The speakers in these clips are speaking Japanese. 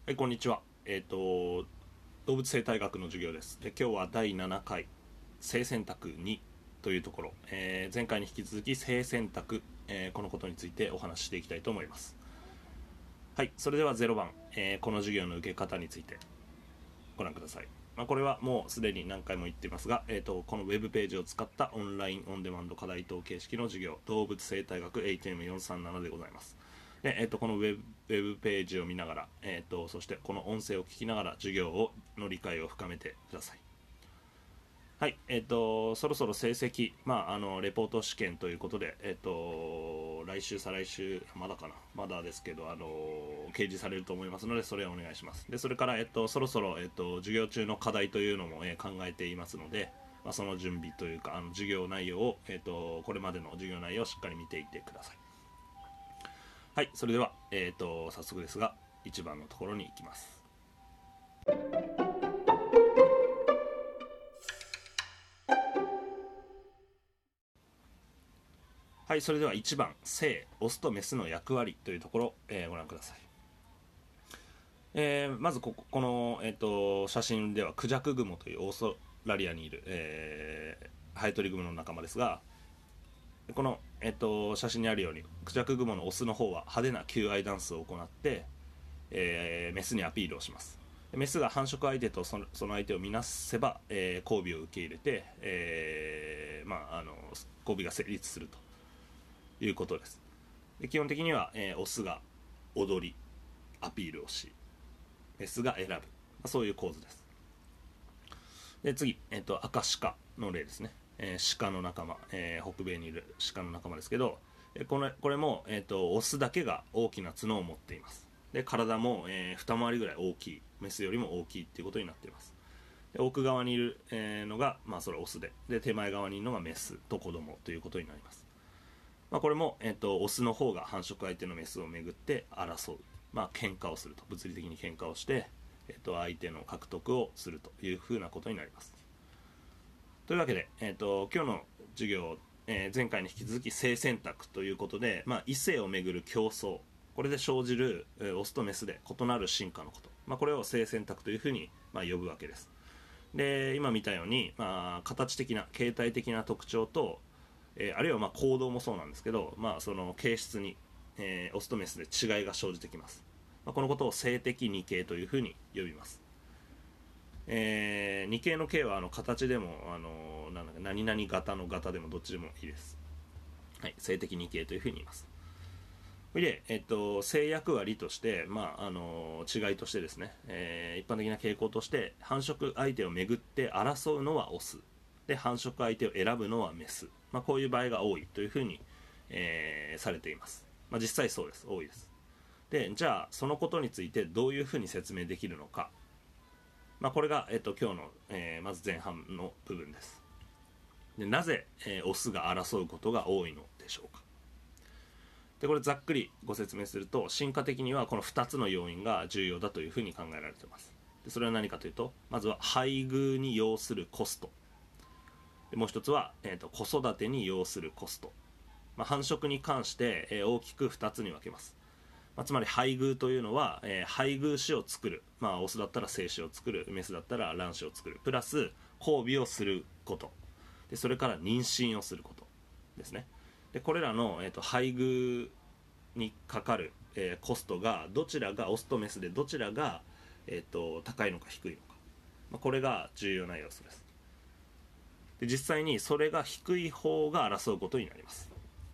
はい、こんにちは。動物生態学の授業です。で、今日は第7回、性選択2というところ、前回に引き続き性選択、このことについてお話ししていきたいと思います。はい、それでは0番、この授業の受け方についてご覧ください。これはもうすでに何回も言っていますが、このウェブページを使ったオンラインオンデマンド課題等形式の授業、動物生態学 HM437 でございます。で、このウェブページを見ながら、そしてこの音声を聞きながら授業の理解を深めてください。はい、そろそろ成績、レポート試験ということで、来週、再来週、まだかな、まだですけど、掲示されると思いますので、それをお願いします。で、それから、そろそろ、授業中の課題というのも、考えていますので、その準備というか、授業内容を、これまでの授業内容をしっかり見ていってください。はい、それでは、早速ですが、1番のところに行きます。はい、それでは1番、性、オスとメスの役割というところを、ご覧ください。まずこの、写真ではクジャクグモというオーストラリアにいる、ハエトリグモの仲間ですが、この、写真にあるようにクジャクグモのオスの方は派手な求愛ダンスを行って、メスにアピールをします。メスが繁殖相手とその相手を見なせば、交尾を受け入れて、交尾が成立するということです。で、基本的には、オスが踊りアピールをし、メスが選ぶ、そういう構図です。で、次、アカシカの例ですね。鹿の仲間、北米にいる鹿の仲間ですけど、これも、オスだけが大きな角を持っています。で、体も、二回りぐらい大きい、メスよりも大きいっていうことになっています。で、奥側にいる、のが、それはオスで、手前側にいるのがメスと子供ということになります。これも、オスの方が繁殖相手のメスをめぐって争う、喧嘩をすると、物理的に喧嘩をして、相手の獲得をするというふうなことになります。というわけで、今日の授業、前回に引き続き性選択ということで、異性をめぐる競争、これで生じる、オスとメスで異なる進化のこと、これを性選択というふうに、呼ぶわけです。で、今見たように、形的な形態的な特徴と、あるいは行動もそうなんですけど、その形質に、オスとメスで違いが生じてきます。このことを性的二形というふうに呼びます。二形の形は形でも何々型の型でもどっちでもいいです。はい、性的二形というふうに言います。で、性役割として、違いとしてですね、一般的な傾向として繁殖相手をめぐって争うのはオスで、繁殖相手を選ぶのはメス、こういう場合が多いというふうに、されています。実際そうです、多いです。で、じゃあそのことについてどういうふうに説明できるのか、これが、今日の、まず前半の部分です。で、なぜ、オスが争うことが多いのでしょうか。で、これざっくりご説明すると、進化的にはこの2つの要因が重要だというふうに考えられています。で、それは何かというと、まずは配偶に要するコストで、もう一つは、子育てに要するコスト、繁殖に関して、大きく2つに分けます。つまり配偶というのは、配偶子を作る、オスだったら精子を作る、メスだったら卵子を作る、プラス交尾をすることで、それから妊娠をすることですね。で、これらの、配偶にかかる、コストがどちらがオスとメスでどちらが、高いのか低いのか、これが重要な要素です。で、実際にそれが低い方が争うことになります。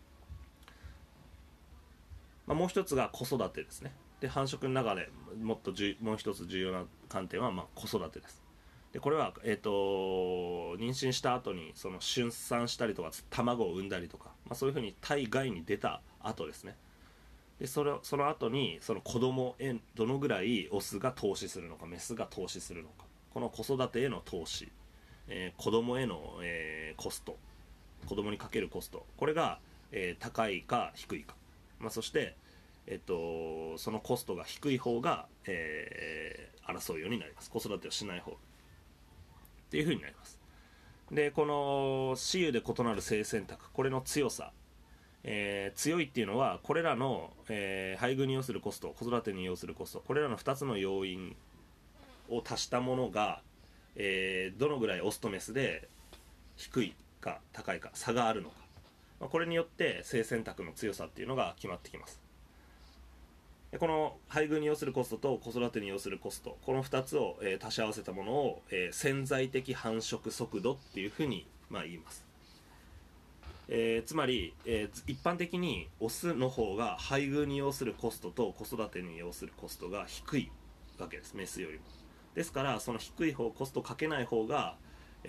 もう一つが子育てですね。で、繁殖の中でもう一つ重要な観点は、子育てです。で、これは、妊娠した後にその出産したりとか卵を産んだりとか、そういうふうに体外に出た後ですね。で、その後にその子供へどのぐらいオスが投資するのか、メスが投資するのか、この子育てへの投資、子供への、コスト、子供にかけるコスト、これが、高いか低いか、そして、そのコストが低い方が、争うようになります。子育てをしない方っていう風になります。で、この雌雄で異なる性選択、これの強さ、 強いっていうのはこれらの、配偶に要するコスト、子育てに要するコスト、これらの2つの要因を足したものが、どのぐらいオスとメスで低いか高いか差があるのか、これによって性選択の強さっていうのが決まってきます。でこの配偶に要するコストと子育てに要するコスト、この2つを、足し合わせたものを、潜在的繁殖速度っていうふうに、言います。つまり、一般的にオスの方が配偶に要するコストと子育てに要するコストが低いわけです、メスよりも。ですからその低い方、コストかけない方が、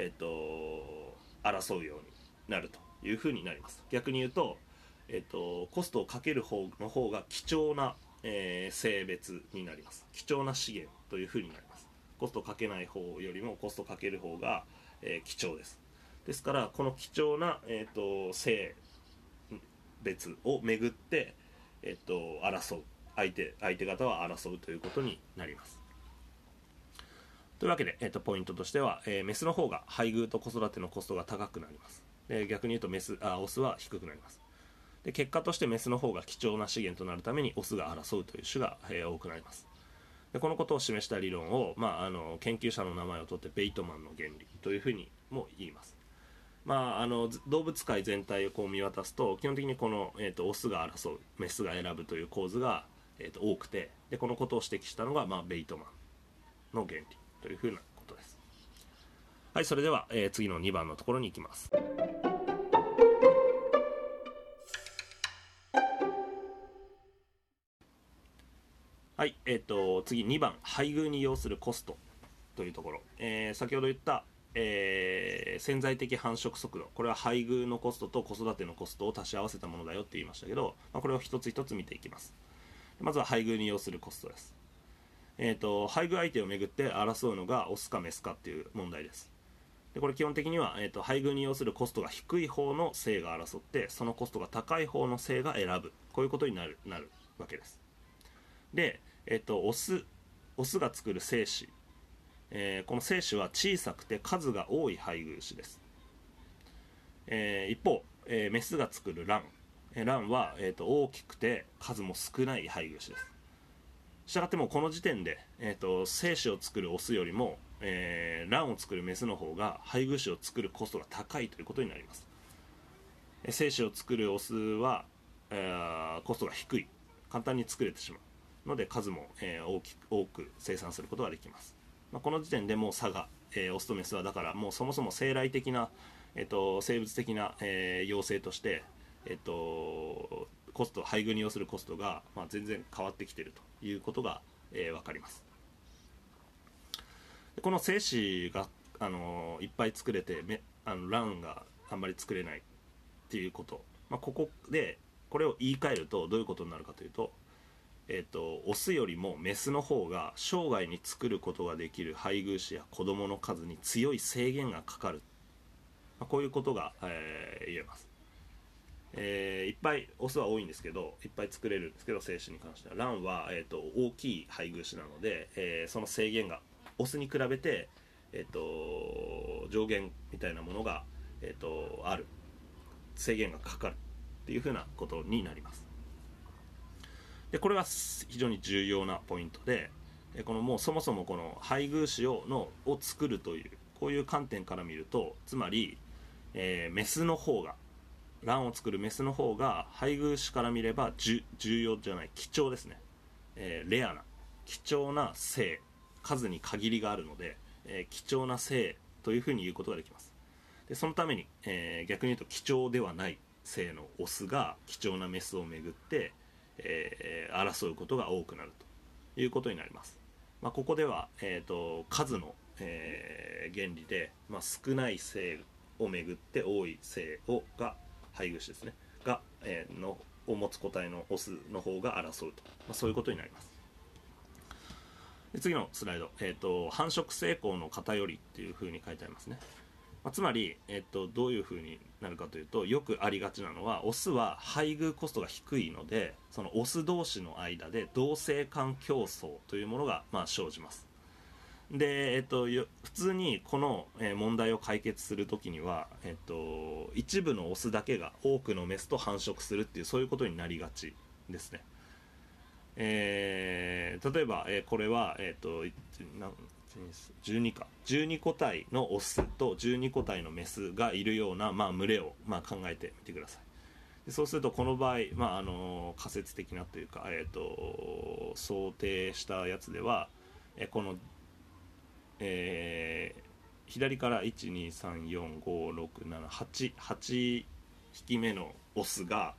争うようになるというふうになります。逆に言うと、コストをかける方の方が貴重な、性別になります。貴重な資源というふうになります。コストをかけない方よりもコストをかける方が、貴重です。ですからこの貴重な、性別をめぐって、争う、相手方は争うということになります。というわけで、ポイントとしては、メスの方が配偶と子育てのコストが高くなります。で逆に言うとオスは低くなります。で結果としてメスの方が貴重な資源となるためにオスが争うという種が、多くなります。でこのことを示した理論を、研究者の名前を取ってベイトマンの原理というふうにも言います。動物界全体をこう見渡すと基本的にこの、オスが争うメスが選ぶという構図が、多くて、でこのことを指摘したのが、ベイトマンの原理というふうなことです。はい、それでは、次の2番のところに行きます。はい、次2番、配偶に要するコストというところ、先ほど言った、潜在的繁殖速度、これは配偶のコストと子育てのコストを足し合わせたものだよって言いましたけど、これを一つ一つ見ていきます。まずは配偶に要するコストです。配偶相手をめぐって争うのがオスかメスかっていう問題です。でこれ基本的には、配偶に要するコストが低い方の性が争って、そのコストが高い方の性が選ぶ、こういうことになるわけです。で、オスが作る精子、この精子は小さくて数が多い配偶子です。一方、メスが作る卵は、大きくて数も少ない配偶子です。したがってもうこの時点で、精子を作るオスよりも、卵を作るメスの方が配偶子を作るコストが高いということになります。精子を作るオスは、コストが低い、簡単に作れてしまうので数も、多く生産することができます。この時点でもう差が、オスとメスはだからもうそもそも生来的な、生物的な、要請として、コスト、配偶に要するコストが、全然変わってきているということが、分かります。でこの精子が、いっぱい作れて卵があんまり作れないっていうこと、ここでこれを言い換えるとどういうことになるかというと、オスよりもメスの方が生涯に作ることができる配偶子や子供の数に強い制限がかかる、こういうことが、言えます。いっぱいオスは多いんですけど、いっぱい作れるんですけど、精子に関しては卵は、大きい配偶子なので、その制限がオスに比べて、上限みたいなものが、ある、制限がかかるっていうふうなことになります。でこれは非常に重要なポイントで、このもうそもそもこの配偶子を作るというこういう観点から見ると、つまり、メスの方が卵を作るメスの方が配偶子から見れば重要じゃない、貴重ですね、レアな貴重な性、数に限りがあるので、貴重な性というふうに言うことができます。でそのために、逆に言うと貴重ではない性のオスが貴重なメスをめぐって争うことが多くなるということになります。ここでは、数の、原理で、少ない性をめぐって多い性が配偶子ですねが、を持つ個体のオスの方が争うと、そういうことになります。で次のスライド、繁殖成功の偏りっていうふうに書いてありますね。つまり、どういうふうになるかというと、よくありがちなのはオスは配偶コストが低いので、そのオス同士の間で同性間競争というものが、生じます。 で、普通にこの問題を解決するときには、一部のオスだけが多くのメスと繁殖するっていう、そういうことになりがちですね。例えば、これは、12か12個体のオスと12個体のメスがいるような、群れを、考えてみてください。でそうするとこの場合、仮説的なというか、想定したやつでは、この、左から123456788匹目のオスが、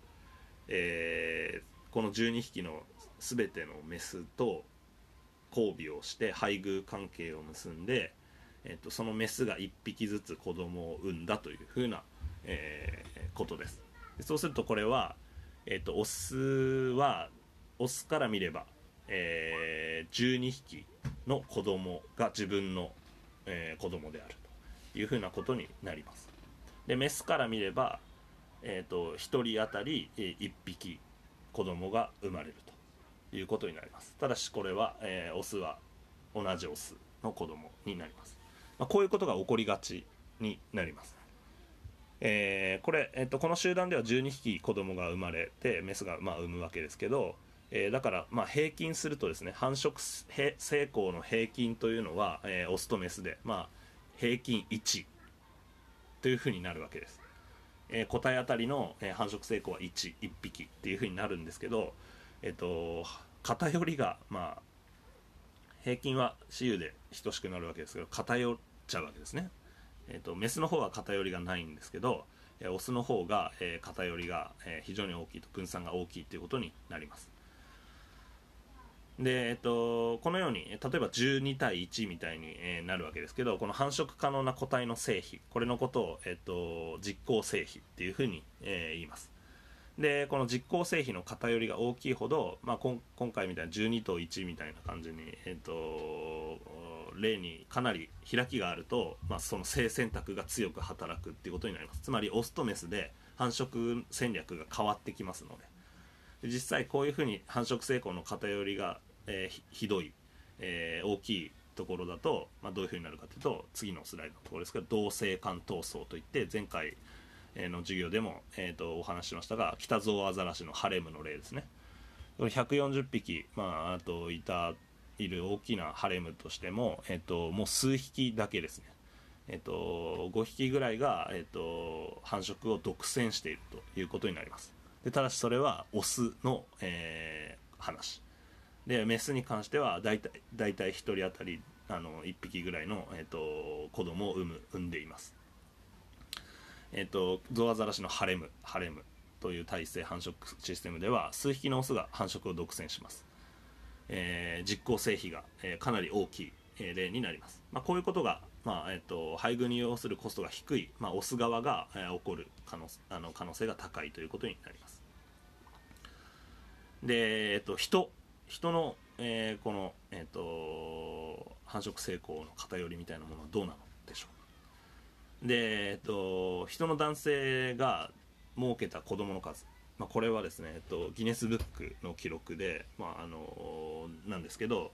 この12匹の全てのメスと交尾をして配偶関係を結んで、そのメスが1匹ずつ子供を産んだというふうな、ことです。そうするとこれは、オスから見れば、12匹の子供が自分の、子供であるというふうなことになります。でメスから見れば、1人当たり1匹子供が生まれるということになります。ただしこれは、オスは同じオスの子供になります。こういうことが起こりがちになります。この集団では12匹子供が生まれてメスが産むわけですけど、だから平均するとですね、繁殖成功の平均というのは、オスとメスで、平均1というふうになるわけです。個体当たりの繁殖成功は1匹っていうふうになるんですけど、偏りが平均は私有で等しくなるわけですけど、偏っちゃうわけですね。メスの方は偏りがないんですけど、オスの方が、偏りが、非常に大きいと、分散が大きいということになります。で、このように例えば12対1みたいに、なるわけですけど、この繁殖可能な個体の成比、これのことを、実効成比っていうふうに、言います。でこの実効成比の偏りが大きいほど、今回みたいな12と1みたいな感じに、例にかなり開きがあると、その性選択が強く働くっていうことになります。つまりオスとメスで繁殖戦略が変わってきますので、実際こういうふうに繁殖成功の偏りが、ひどい、大きいところだと、どういうふうになるかというと、次のスライドのところですけど、同性間闘争といって、前回の授業でも、お話ししましたが、キタゾウアザラシのハレムの例ですね。これ140匹、あといる大きなハレムとしても、もう数匹だけですね、5匹ぐらいが、繁殖を独占しているということになります。でただしそれはオスの、話で、メスに関してはだいたい1人当たり1匹ぐらいの、子供を産んでいます。ゾウアザラシのハレムという体制繁殖システムでは数匹のオスが繁殖を独占します。実効成比が、かなり大きい、例になります。こういうことが、配偶に要するコストが低い、オス側が、起こる可能性が高いということになります。で、人の、この、繁殖成功の偏りみたいなものはどうなのでしょう。で、人の男性が設けた子供の数、これはですね、ギネスブックの記録で、なんですけど、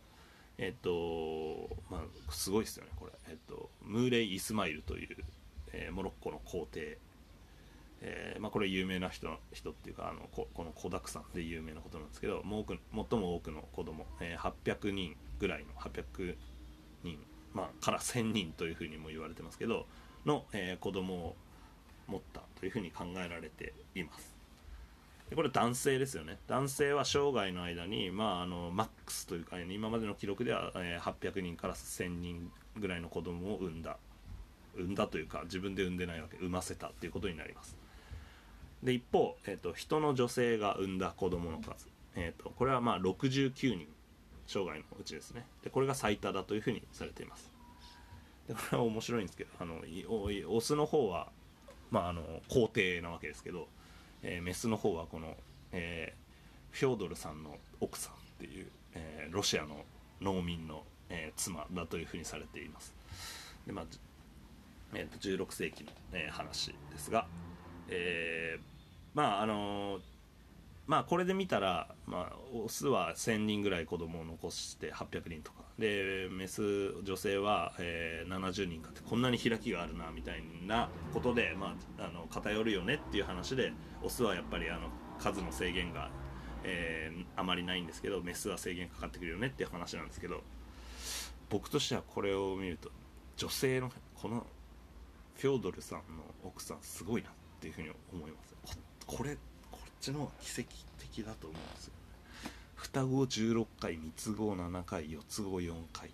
すごいですよねこれ、ムーレイ・イスマイルという、モロッコの皇帝、これ有名な人っていうか、この子だくさんで有名なことなんですけど、最も多くの子供、800人ぐらいの800人、から1000人というふうにも言われてますけどの、子供を持ったというふうに考えられています。でこれ男性ですよね。男性は生涯の間に、マックスというか、今までの記録では、800人から1000人ぐらいの子供を産んだというか、自分で産んでないわけ、産ませたということになります。で一方、人の女性が産んだ子供の数、これは69人、生涯のうちですね。でこれが最多だというふうにされています。でこれは面白いんですけど、オスの方は、皇帝なわけですけど、メスの方はこの、フョードルさんの奥さんっていう、ロシアの農民の、妻だというふうにされています。で、16世紀の、話ですが、 まあこれで見たら、まあ、オスは1000人ぐらい子供を残して800人とかで、女性は、70人かって、こんなに開きがあるなみたいなことで、まあ、偏るよねっていう話で、オスはやっぱり数の制限が、あまりないんですけど、メスは制限かかってくるよねっていう話なんですけど、僕としてはこれを見ると、女性のこのフョードルさんの奥さんすごいなっていうふうに思います。こっちの方が奇跡的だと思うんですよね。双子16回、三つ子7回、四つ子4回、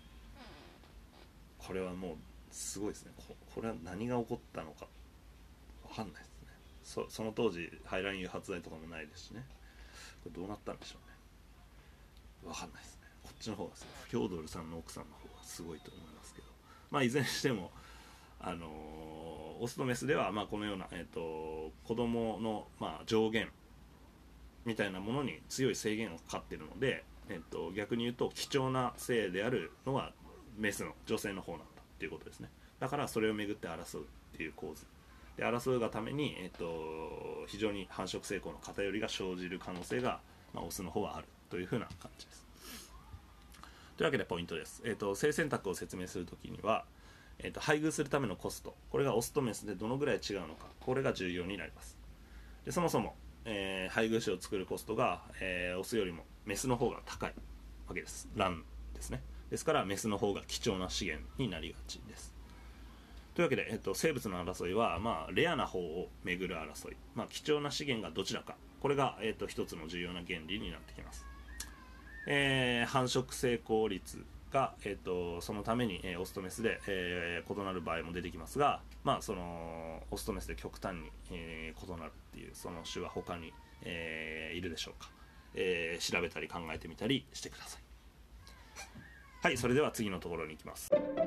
これはもうすごいですね。これは何が起こったのか分かんないですね。その当時排卵誘発剤とかもないですしね。これどうなったんでしょうね。分かんないですね。こっちの方がですね、フョードルさんの奥さんの方がすごいと思いますけど、まあいずれにしてもオスとメスでは、まあ、このような、子供の、まあ、上限みたいなものに強い制限をかかっているので、逆に言うと貴重な性であるのはメスの女性の方なんだっていうことですね。だからそれをめぐって争うっていう構図で、争うがために、非常に繁殖成功の偏りが生じる可能性が、まあ、オスの方はあるというふうな感じです。というわけでポイントです。性選択を説明するときには、配偶するためのコスト、これがオスとメスでどのぐらい違うのか、これが重要になります。でそもそも、配偶種を作るコストが、オスよりもメスの方が高いわけです。卵ですね。ですからメスの方が貴重な資源になりがちです。というわけで、生物の争いは、まあ、レアな方をめぐる争い、まあ、貴重な資源がどちらか、これが、一つの重要な原理になってきます。繁殖成功率が、そのために、オスとメスで、異なる場合も出てきますが、まあ、そのオスとメスで極端に、異なるっていうその種は他に、いるでしょうか。調べたり考えてみたりしてください。はい、それでは次のところに行きます。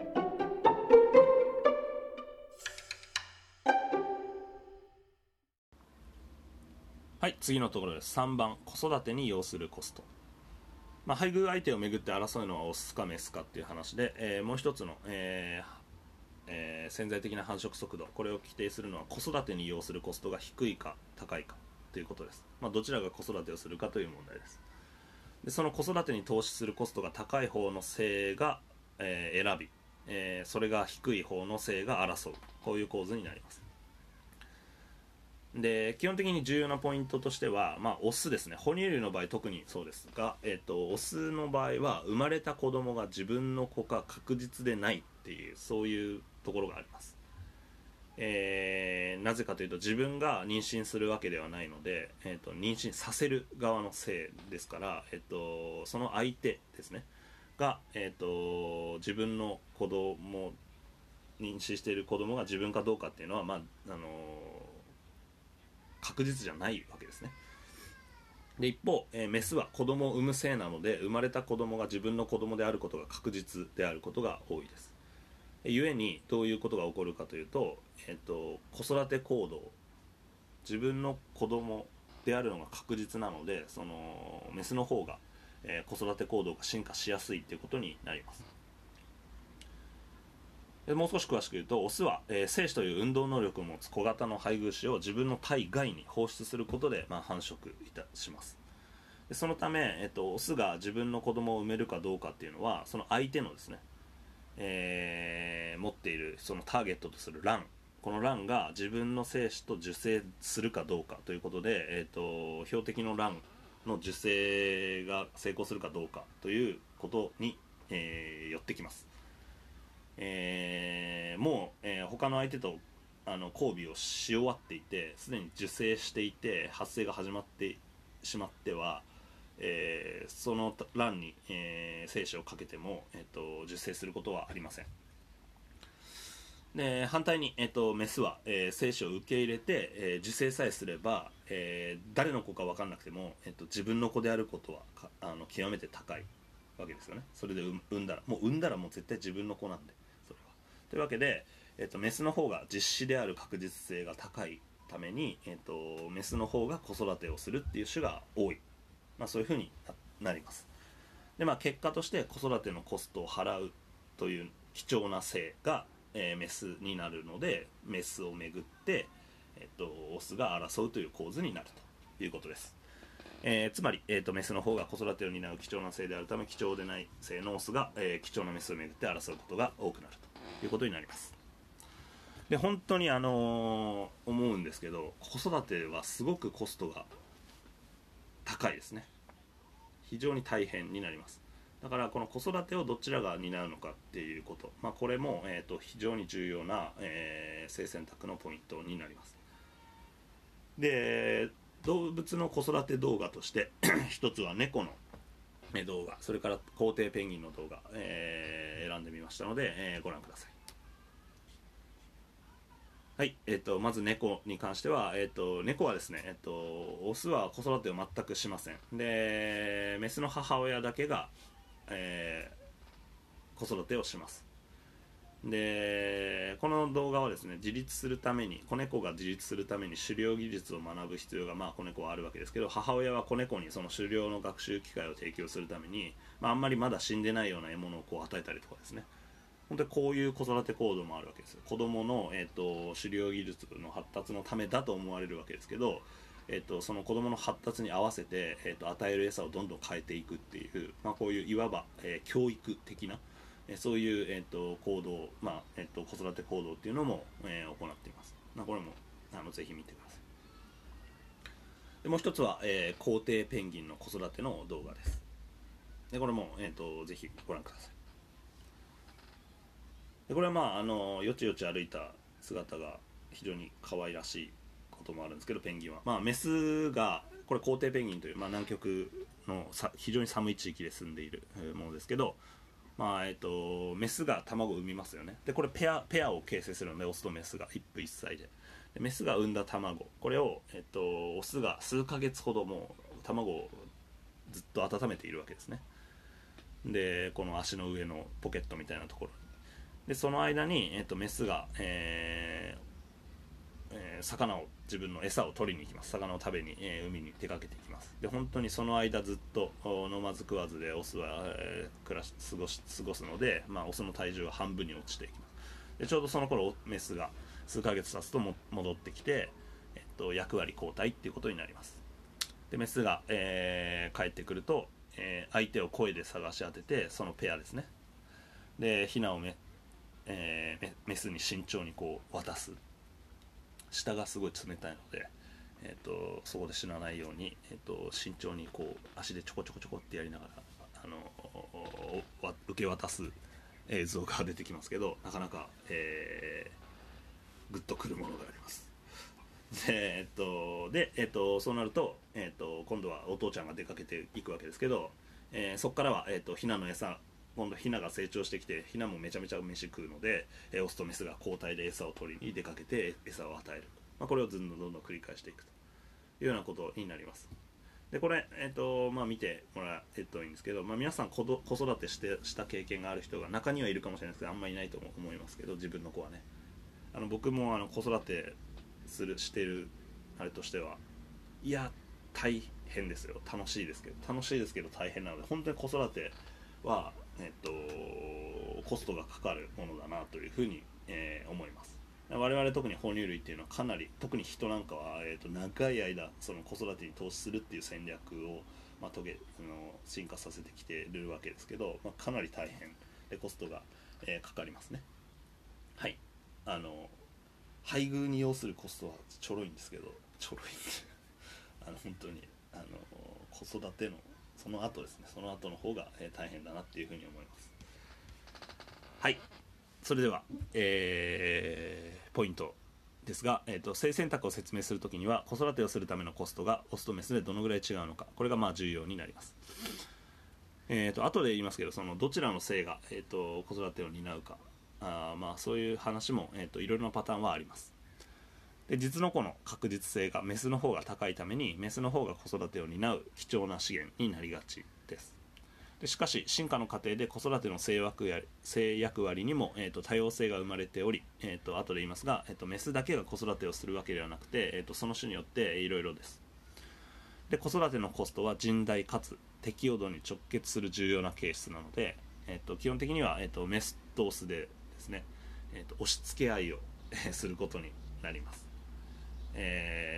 はい、次のところです。3番、子育てに要するコスト。まあ、配偶相手をめぐって争うのはオスかメスかっていう話で、もう一つの、潜在的な繁殖速度、これを規定するのは子育てに要するコストが低いか高いかということです。まあ、どちらが子育てをするかという問題です。でその子育てに投資するコストが高い方の性が、選び、それが低い方の性が争う、こういう構図になります。で基本的に重要なポイントとしては、まあ、オスですね。哺乳類の場合特にそうですが、オスの場合は生まれた子供が自分の子か確実でないっていう、そういうところがあります。なぜかというと、自分が妊娠するわけではないので、妊娠させる側の性ですから、その相手ですねが、自分の子供、妊娠している子供が自分かどうかっていうのは、まあ確実じゃないわけですね。で一方、メスは子供を産む性なので、生まれた子供が自分の子供であることが確実であることが多いです。ゆえにどういうことが起こるかというと、子育て行動、自分の子供であるのが確実なので、そのメスの方が、子育て行動が進化しやすいということになります。もう少し詳しく言うと、オスは、精子という運動能力を持つ小型の配偶種を自分の体外に放出することで、まあ、繁殖いたします。でそのため、オスが自分の子供を産めるかどうかっていうのは、その相手のですね、持っているそのターゲットとする卵、この卵が自分の精子と受精するかどうかということで、標的の卵の受精が成功するかどうかということに、寄ってきます。もう、他の相手と交尾をし終わっていて、すでに受精していて発生が始まってしまっては、その卵に、精子をかけても、受精することはありません。で反対に、メスは、精子を受け入れて、受精さえすれば、誰の子か分からなくても、自分の子であることは極めて高いわけですよね。それで産んだらもう絶対自分の子なんで、それは。というわけで、メスの方が実子である確実性が高いために、メスの方が子育てをするっていう種が多い、まあ、そういうふうになります。で、まあ、結果として子育てのコストを払うという貴重な性が、メスになるので、メスをめぐって、オスが争うという構図になるということです。 つまり、メスの方が子育てを担う貴重な性であるため、貴重でない性のオスが、貴重なメスをめぐって争うことが多くなるということになります。で本当に思うんですけど、子育てはすごくコストが高いですね。非常に大変になります。だからこの子育てをどちらが担うのかっていうこと、これも、非常に重要な、性選択のポイントになります。で動物の子育て動画として一つは猫の動画、それから皇帝ペンギンの動画、選んでみましたので、ご覧ください。はい、まず猫に関しては、猫はですね、オスは子育てを全くしません。でメスの母親だけが、子育てをします。でこの動画はですね、自立するために、子猫が自立するために狩猟技術を学ぶ必要が、子猫はあるわけですけど、母親は子猫にその狩猟の学習機会を提供するために、あんまりまだ死んでないような獲物をこう与えたりとかですね、本当にこういう子育て行動もあるわけですよ。子供の、狩猟技術の発達のためだと思われるわけですけど、その子供の発達に合わせて、与える餌をどんどん変えていくっていう、こういういわば、教育的な、そういう、行動、子育て行動っていうのも、行っています。これもぜひ見てください。でもう一つは、皇帝ペンギンの子育ての動画です。でこれも、ぜひご覧ください。でこれはよちよち歩いた姿が非常に可愛らしいこともあるんですけど、ペンギンは、メスがこれ皇帝ペンギンという、南極の非常に寒い地域で住んでいるものですけど、メスが卵を産みますよね。でこれペアを形成するので、オスとメスが一夫一妻で、メスが産んだ卵、これを、オスが数ヶ月ほども卵をずっと温めているわけですね。でこの足の上のポケットみたいなところで、その間に、メスが、魚を、自分の餌を取りに行きます。魚を食べに、海に出かけていきます。で本当にその間ずっと飲まず食わずでオスは、過ごすので、オスの体重は半分に落ちていきます。でちょうどその頃メスが数ヶ月経つと戻ってきて、役割交代っていうことになります。でメスが、帰ってくると、相手を声で探し当てて、そのペアですね、でヒナをメスに慎重にこう渡す。下がすごい冷たいので、そこで死なないように、慎重にこう足でちょこちょこちょこってやりながら受け渡す映像が出てきますけど、なかなか、グッとくるものがあります。で、そうなると、今度はお父ちゃんが出かけていくわけですけど、そこからは、ヒナの餌、今度ヒナが成長してきて、ヒナもめちゃめちゃ飯食うので、オスとメスが交代で餌を取りに出かけて餌を与える、これをどんどん繰り返していくというようなことになります。でこれ、見てもらえるといいんですけど、皆さん子育てした経験がある人が中にはいるかもしれないですけど、あんまりいないと思いますけど、自分の子はね、僕も子育てしてるあれとしては、いや大変ですよ。楽しいですけど大変なので、本当に子育ては、コストがかかるものだなというふうに、思います。我々特に哺乳類っていうのはかなり、特に人なんかは、長い間その子育てに投資するっていう戦略を、進化させてきているわけですけど、かなり大変でコストが、かかりますね。はい、配偶に要するコストはちょろいんですけど、本当に子育てのその後ですね、その後の方が、大変だなっていうふうに思います。はい、それでは、ポイントですが、性選択を説明するときには、子育てをするためのコストがオスとメスでどのぐらい違うのか、これが重要になります。後で言いますけど、そのどちらの性が、子育てを担うか、そういう話も、いろいろなパターンはあります。で実の子の確実性がメスの方が高いために、メスの方が子育てを担う貴重な資源になりがちです。でしかし進化の過程で子育ての性役割にも、多様性が生まれており、後で言いますが、メスだけが子育てをするわけではなくて、その種によっていろいろです。で子育てのコストは甚大かつ適応度に直結する重要な形質なので、基本的には、メスとオスでですね、押し付け合いをすることになります。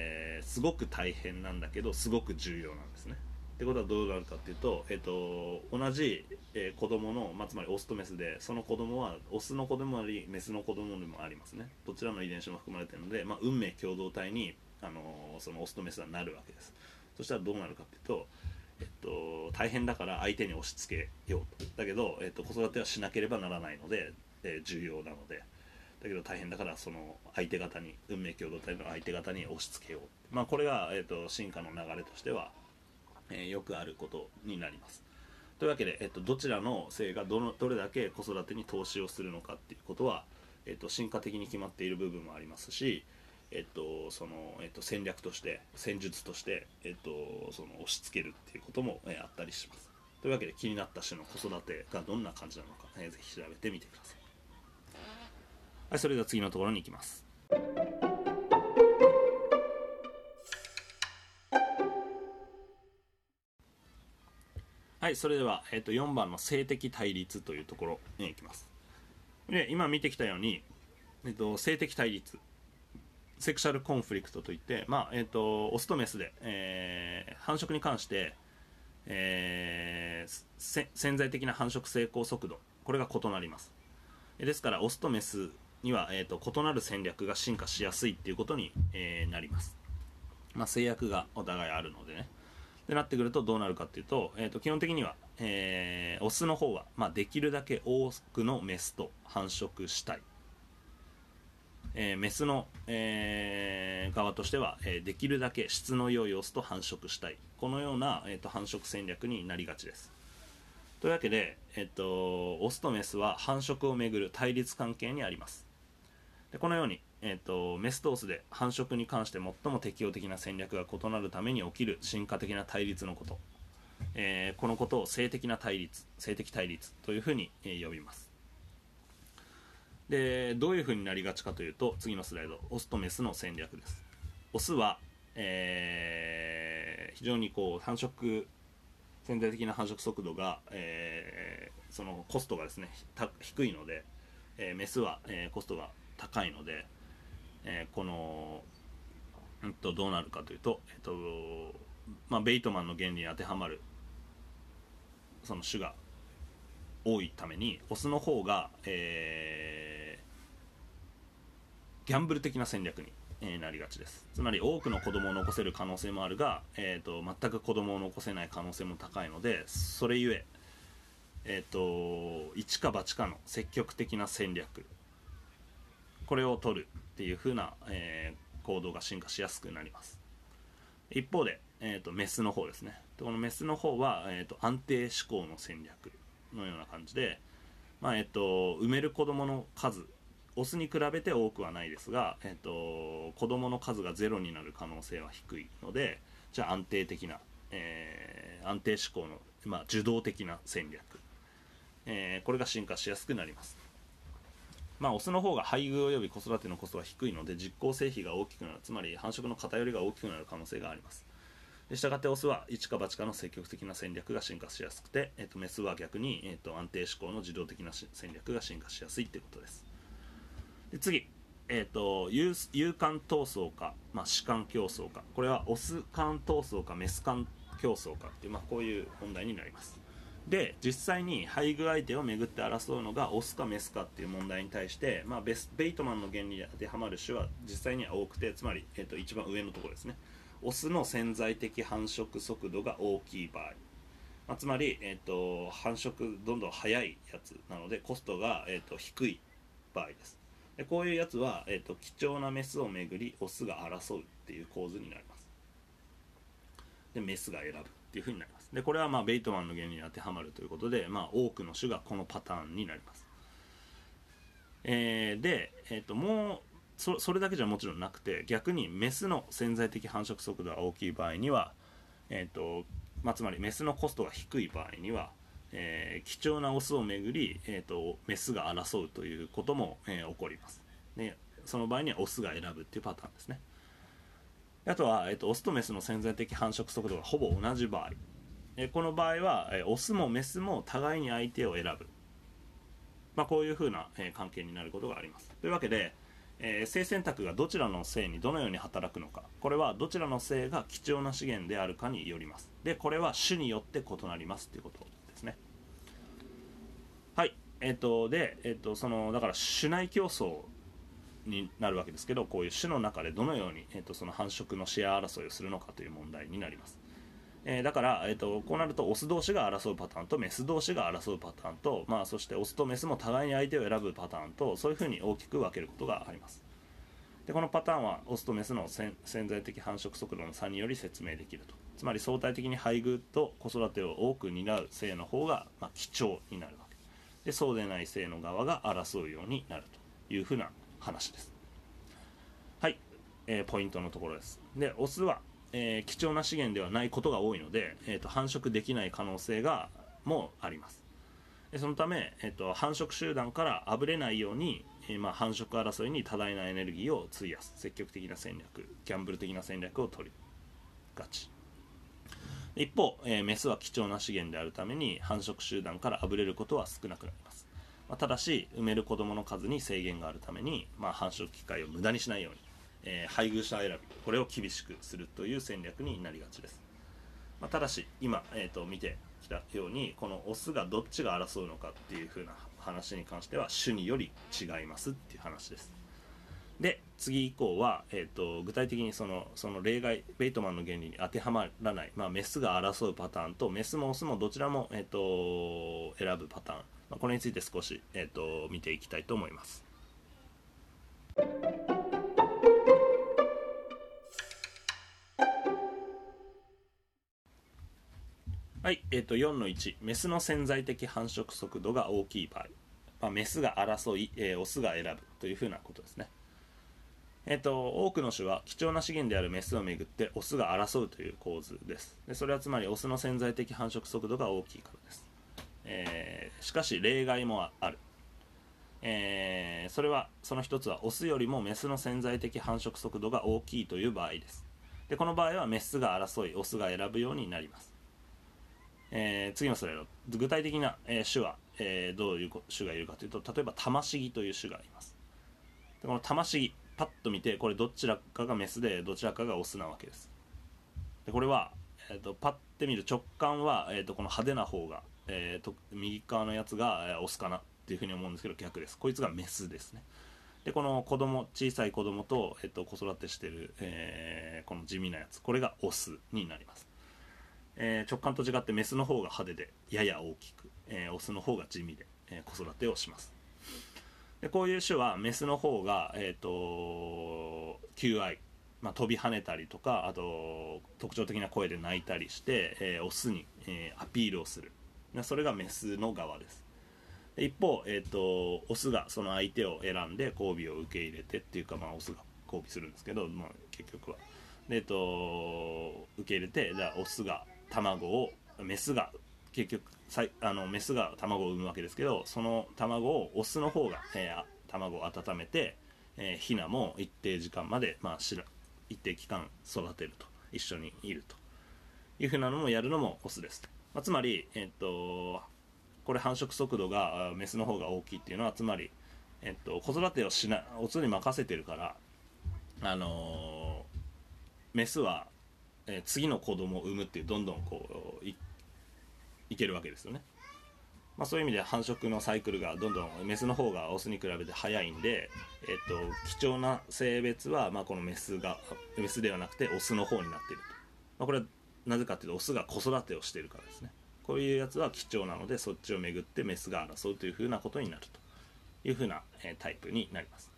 すごく大変なんだけどすごく重要なんですね。ってことはどうなるかっていうと、同じ、子供の、つまりオスとメスで、その子供はオスの子供もありメスの子供でもありますね。どちらの遺伝子も含まれているので、運命共同体に、そのオスとメスはなるわけです。そしたらどうなるかっていうと、大変だから相手に押し付けようと。だけど、子育てはしなければならないので、重要なので、だけど大変だからその相手方に、運命共同体の相手方に押し付けよう。これが、進化の流れとしては、よくあることになります。というわけで、どちらの性がどれだけ子育てに投資をするのかっていうことは、進化的に決まっている部分もありますし、戦略として戦術として、その押し付けるっていうことも、あったりします。というわけで気になった種の子育てがどんな感じなのか、ぜひ調べてみてください。はい、それでは次のところに行きます。はい、それでは、4番の性的対立というところに行きます。で、今見てきたように、性的対立、セクシャルコンフリクトといって、オスとメスで、繁殖に関して、潜在的な繁殖成功速度、これが異なります。ですからオスとメスには、異なる戦略が進化しやすいっていうことに、なります。制約がお互いあるのでね。でなってくるとどうなるかっていうと、基本的には、オスの方は、できるだけ多くのメスと繁殖したい。メスの、側としては、できるだけ質の良いオスと繁殖したい。このような、繁殖戦略になりがちです。というわけで、オスとメスは繁殖をめぐる対立関係にあります。でこのように、メスとオスで繁殖に関して最も適応的な戦略が異なるために起きる進化的な対立のこと、このことを性的対立というふうに、呼びます。でどういうふうになりがちかというと、次のスライド、オスとメスの戦略です。オスは、非常に潜在的な繁殖速度が、そのコストがですね低いので、メスは、コストが高いので、どうなるかというと、ベイトマンの原理に当てはまるその種が多いために、オスの方が、ギャンブル的な戦略に、なりがちです。つまり多くの子供を残せる可能性もあるが、全く子供を残せない可能性も高いので、それゆえ、一か八かの積極的な戦略、これを取るっていう風な、行動が進化しやすくなります。一方で、メスの方ですね。このメスの方は、安定志向の戦略のような感じで、産める子供の数、オスに比べて多くはないですが、子供の数がゼロになる可能性は低いので、じゃあ安定的な、安定志向の、受動的な戦略、これが進化しやすくなります。オスの方が配偶及び子育てのコストが低いので実効性比が大きくなる、つまり繁殖の偏りが大きくなる可能性があります。でしたがってオスは一か八かの積極的な戦略が進化しやすくて、メスは逆に、安定志向の自動的な戦略が進化しやすいということです。で次、有間闘争か、士間競争か、これはオス間闘争かメス間競争かっていう、こういう問題になります。で実際に配偶相手をめぐって争うのがオスかメスかっていう問題に対して、ベイトマンの原理に当てはまる種は実際には多くて、つまり、一番上のところですね。オスの潜在的繁殖速度が大きい場合、つまり、繁殖どんどん早いやつなのでコストが、低い場合です。でこういうやつは、貴重なメスをめぐりオスが争うっていう構図になります。でメスが選ぶっていう風になります。でこれはベイトマンの原理に当てはまるということで、多くの種がこのパターンになります。で、もうそれだけじゃもちろんなくて、逆にメスの潜在的繁殖速度が大きい場合には、つまりメスのコストが低い場合には、貴重なオスをめぐり、メスが争うということも、起こります。でその場合にはオスが選ぶっていうパターンですね。あとは、オスとメスの潜在的繁殖速度がほぼ同じ場合、この場合は、オスもメスも互いに相手を選ぶ、こういう風な、関係になることがあります。というわけで、 性選択がどちらの性にどのように働くのか、これはどちらの性が貴重な資源であるかによります。でこれは種によって異なりますということですね。はい。そのだから種内競争になるわけですけど、こういう種の中でどのように、その繁殖のシェア争いをするのかという問題になります。だから、こうなるとオス同士が争うパターンとメス同士が争うパターンと、そしてオスとメスも互いに相手を選ぶパターンと、そういうふうに大きく分けることがあります。でこのパターンはオスとメスの潜在的繁殖速度の差により説明できると。つまり相対的に配偶と子育てを多く担う性の方が、貴重になるわけで、そうでない性の側が争うようになるというふうな話です。はい、ポイントのところです。でオスは貴重な資源ではないことが多いので、繁殖できない可能性がもあります。でそのため、繁殖集団からあぶれないように、繁殖争いに多大なエネルギーを費やす積極的な戦略、ギャンブル的な戦略を取りがち。一方、メスは貴重な資源であるために繁殖集団からあぶれることは少なくなります。ただし産める子どもの数に制限があるために、繁殖機会を無駄にしないように、配偶者選び、これを厳しくするという戦略になりがちです。ただし今、見てきたように、このオスがどっちが争うのかっていう風な話に関しては種により違いますっていう話です。で次以降は、具体的にその例外、ベイトマンの原理に当てはまらない、メスが争うパターンとメスもオスもどちらも、選ぶパターン、これについて少し、見ていきたいと思います。はい、4の1、メスの潜在的繁殖速度が大きい場合、メスが争い、オスが選ぶというふうなことですね。多くの種は貴重な資源であるメスをめぐってオスが争うという構図です。でそれはつまりオスの潜在的繁殖速度が大きいからです。しかし例外もある。それはその一つはオスよりもメスの潜在的繁殖速度が大きいという場合です。でこの場合はメスが争いオスが選ぶようになります。次のスライド、具体的な、種は、どういう種がいるかというと、例えばタマシギという種がいます。でこのタマシギ、パッと見てこれどちらかがメスでどちらかがオスなわけです。でこれは、パッて見る直感は、この派手な方が、右側のやつが、オスかなっていうふうに思うんですけど、逆です。こいつがメスですね。でこの小さい子供と、子育てしてる、この地味なやつ、これがオスになります。直感と違ってメスの方が派手でやや大きく、オスの方が地味で、子育てをします。でこういう種はメスの方が、求愛、飛び跳ねたりとか、あと特徴的な声で鳴いたりして、オスに、アピールをする。それがメスの側です。で一方、オスがその相手を選んで交尾を受け入れてっていうか、オスが交尾するんですけど、結局はで、受け入れて、オスが卵を、メスが結局メスが卵を産むわけですけど、その卵をオスの方が、卵を温めて、ヒナも一定時間まで、一定期間育てると、一緒にいるというふうなのもやるのもオスです。つまり、これ繁殖速度がメスの方が大きいっていうのは、つまり、子育てをしないオスに任せてるから、メスは、次の子供を産むっていう、どんどんこういけるわけですよね。そういう意味で繁殖のサイクルがどんどんメスの方がオスに比べて早いんで、貴重な性別は、このメスではなくてオスの方になっていると。これはなぜかというと、オスが子育てをしているからですね。こういうやつは貴重なので、そっちをめぐってメスが争うというふうなことになるというふうな、タイプになります。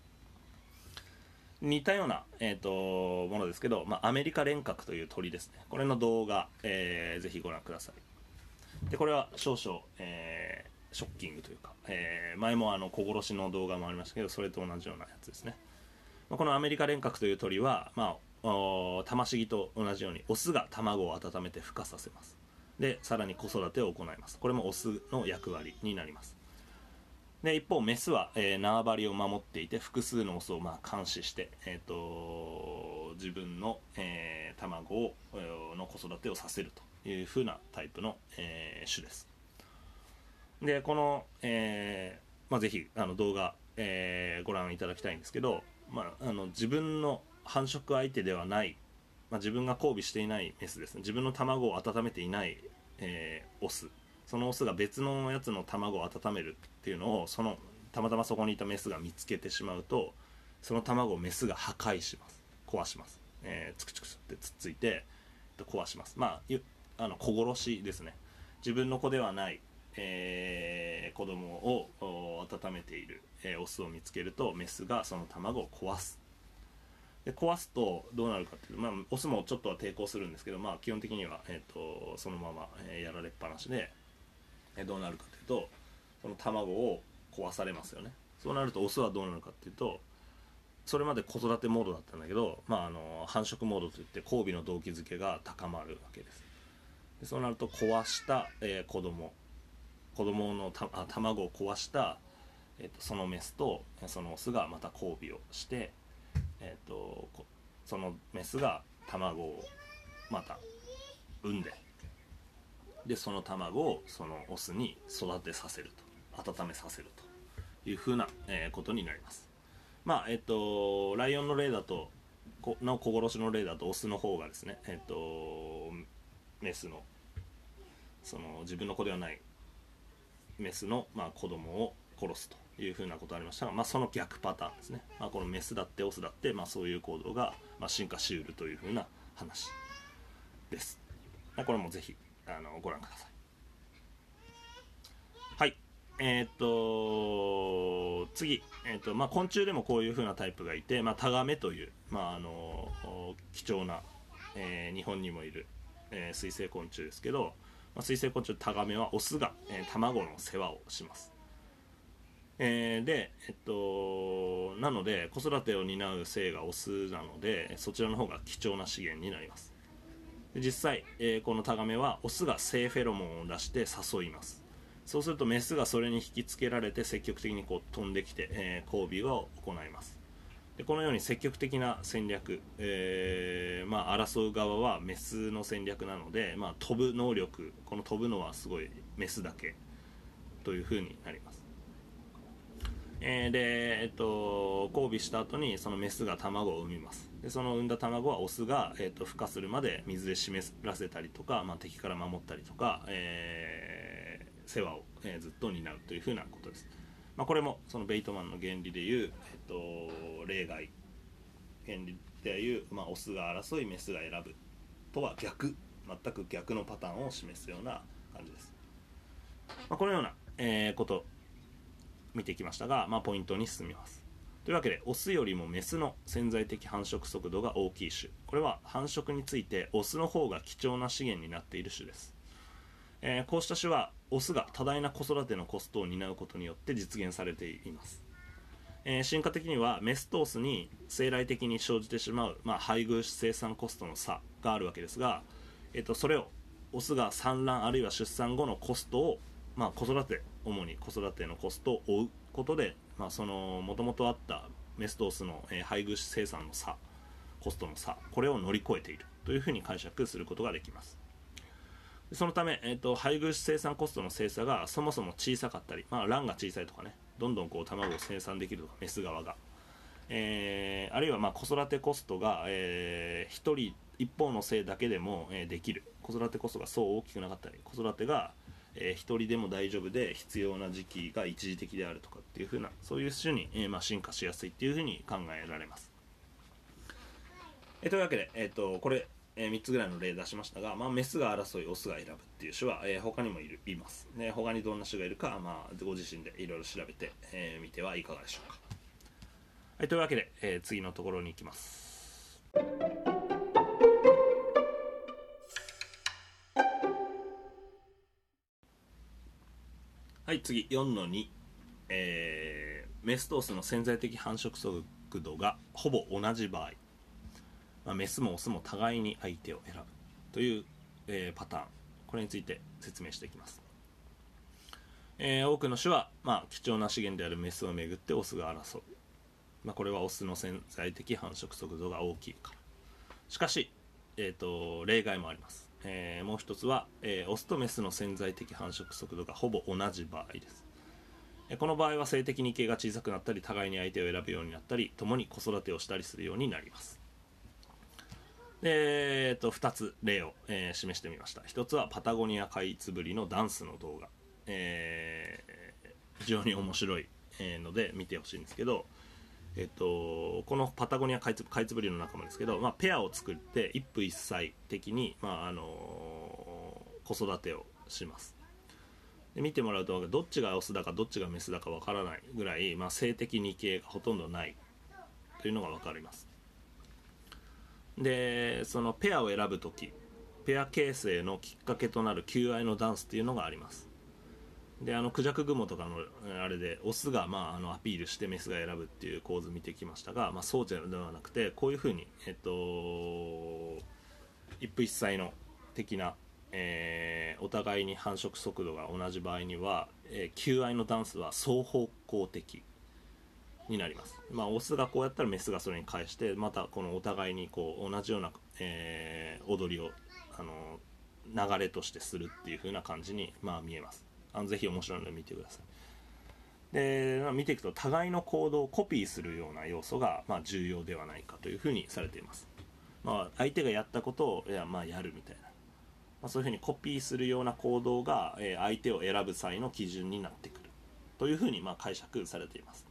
似たような、ものですけど、アメリカ連郭という鳥ですね。これの動画、ぜひご覧ください。でこれは少々、ショッキングというか、前も小殺しの動画もありましたけど、それと同じようなやつですね。このアメリカ連郭という鳥は、タマシギと同じようにオスが卵を温めて孵化させます。でさらに子育てを行います。これもオスの役割になります。で一方メスは、縄張りを守っていて、複数のオスを監視して、自分の、卵の子育てをさせるという風なタイプの、種です。でこの、ぜひ動画ご覧いただきたいんですけど、自分の繁殖相手ではない、自分が交尾していないメスですね、自分の卵を温めていない、オス、そのオスが別のやつの卵を温めるっていうのをたまたまそこにいたメスが見つけてしまうと、その卵をメスが破壊します、壊します、チクチクってつっついて壊します。子殺しですね。自分の子ではない、子供を温めている、オスを見つけるとメスがその卵を壊す。で壊すとどうなるかっていうと、オスもちょっとは抵抗するんですけど、基本的には、そのまま、やられっぱなしで、どうなるかというと、その卵を壊されますよね。そうなるとオスはどうなるかっていうと、それまで子育てモードだったんだけど、繁殖モードといって交尾の動機づけが高まるわけです。でそうなると壊した、子供の卵を壊した、そのメスとそのオスがまた交尾をして、そのメスが卵をまた産んで、その卵をそのオスに育てさせると、温めさせるというふうな、ことになります。ライオンの例だと子殺しの例だとオスの方がですね、メスのその自分の子ではないメスの、子供を殺すというふうなことがありましたが、その逆パターンですね。このメスだってオスだって、そういう行動が、進化しうるというふうな話です。これもぜひご覧ください。はい。次、昆虫でもこういうふうなタイプがいて、タガメという、貴重な、日本にもいる、水生昆虫ですけど、水生昆虫タガメはオスが、卵の世話をします。なので子育てを担う性がオスなので、そちらの方が貴重な資源になります。で実際、このタガメはオスが性フェロモンを出して誘います。そうするとメスがそれに引きつけられて積極的に飛んできて、交尾を行います。でこのように積極的な戦略、争う側はメスの戦略なので、飛ぶ能力、この飛ぶのはすごいメスだけというふうになります。交尾した後にそのメスが卵を産みます。でその産んだ卵はオスが、孵化するまで水で湿らせたりとか、敵から守ったりとか、世話を、ずっと担うというふうなことです。これもそのベイトマンの原理でいう、例外原理でいう、オスが争いメスが選ぶとは全く逆のパターンを示すような感じです。このような、こと見てきましたが、ポイントに進みます。というわけでオスよりもメスの潜在的繁殖速度が大きい種、これは繁殖についてオスの方が貴重な資源になっている種です。こうした種はオスが多大な子育てのコストを担うことによって実現されています。進化的にはメスとオスに生来的に生じてしまう、配偶生産コストの差があるわけですが、それをオスが産卵あるいは出産後のコストを、主に子育てのコストを負うことで、その元々あったメスとオスの、配偶生産の差、コストの差、これを乗り越えているというふうに解釈することができます。そのため、配偶生産コストの精査がそもそも小さかったり、卵が小さいとかね、どんどん卵を生産できるとか、メス側が、あるいは子育てコストが、一方の性だけでも、できる、子育てコストがそう大きくなかったり、子育てが一人でも大丈夫で必要な時期が一時的であるとかっていう風な、そういう種に、進化しやすいっていう風に考えられます。というわけで、これ、3つぐらいの例出しましたが、メスが争いオスが選ぶっていう種は、他にもいます。で他にどんな種がいるか、ご自身でいろいろ調べてみてはいかがでしょうか。はい、というわけで、次のところに行きます。はい、次 4-2、メスとオスの潜在的繁殖速度がほぼ同じ場合、メスもオスも互いに相手を選ぶという、パターン、これについて説明していきます。多くの種は、貴重な資源であるメスをめぐってオスが争う、これはオスの潜在的繁殖速度が大きいから。しかし、例外もあります。もう一つは、オスとメスの潜在的繁殖速度がほぼ同じ場合です。 この場合は性的二系が小さくなったり、互いに相手を選ぶようになったり、共に子育てをしたりするようになります。で、2つ例を、示してみました。1つはパタゴニアカイツブリのダンスの動画、非常に面白いので見てほしいんですけど、このパタゴニアカイツブリの仲間ですけど、ペアを作って一夫一妻的に、子育てをします。で見てもらうと、どっちがオスだかどっちがメスだかわからないぐらい、性的二系がほとんどないというのが分かります。でそのペアを選ぶとき、ペア形成のきっかけとなる求愛のダンスっていうのがあります。でクジャクグモとかのあれでオスが、アピールしてメスが選ぶっていう構図見てきましたが、そうではなくて、こういうふうに、一夫一妻の的な、お互いに繁殖速度が同じ場合には、求愛のダンスは双方向的になります。オスがこうやったらメスがそれに返して、またこのお互いにこう同じような、踊りを流れとしてするっていう風な感じに、見えます。ぜひ面白いので見てください。で、見ていくと互いの行動をコピーするような要素が、重要ではないかという風にされています。相手がやったことをやるみたいな、そういう風にコピーするような行動が、相手を選ぶ際の基準になってくるという風に解釈されています。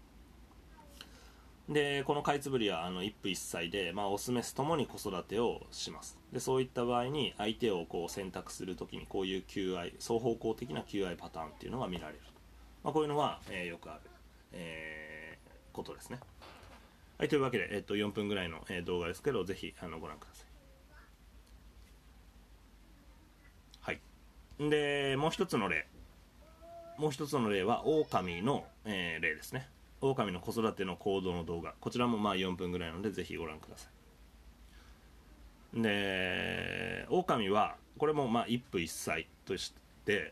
でこのカイツブリは一夫一妻で、オスメスともに子育てをします。でそういった場合に相手をこう選択するときに、こういう求愛、双方向的な求愛パターンっていうのが見られると、こういうのは、よくある、ことですね。はい、というわけで、4分ぐらいの、動画ですけど、ぜひご覧ください。はい。でもう一つの例は狼の、例ですね。狼の子育ての行動の動画、こちらも4分ぐらいなのでぜひご覧ください。で狼はこれも一夫一妻として、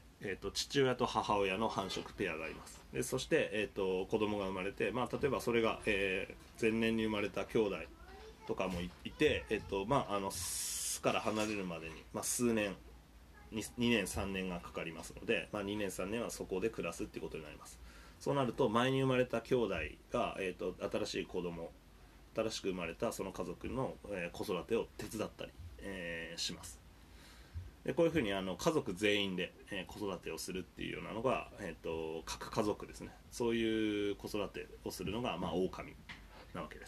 父親と母親の繁殖ペアがあります。でそして、子供が生まれて、例えばそれが、前年に生まれた兄弟とかもいて、巣から離れるまでに、数年2年3年がかかりますので、2年3年はそこで暮らすっていうことになります。そうなると前に生まれた兄弟が、新しい子供、新しく生まれたその家族の、子育てを手伝ったり、します。でこういうふうに家族全員で、子育てをするっていうようなのが、各家族ですね。そういう子育てをするのが、狼なわけです。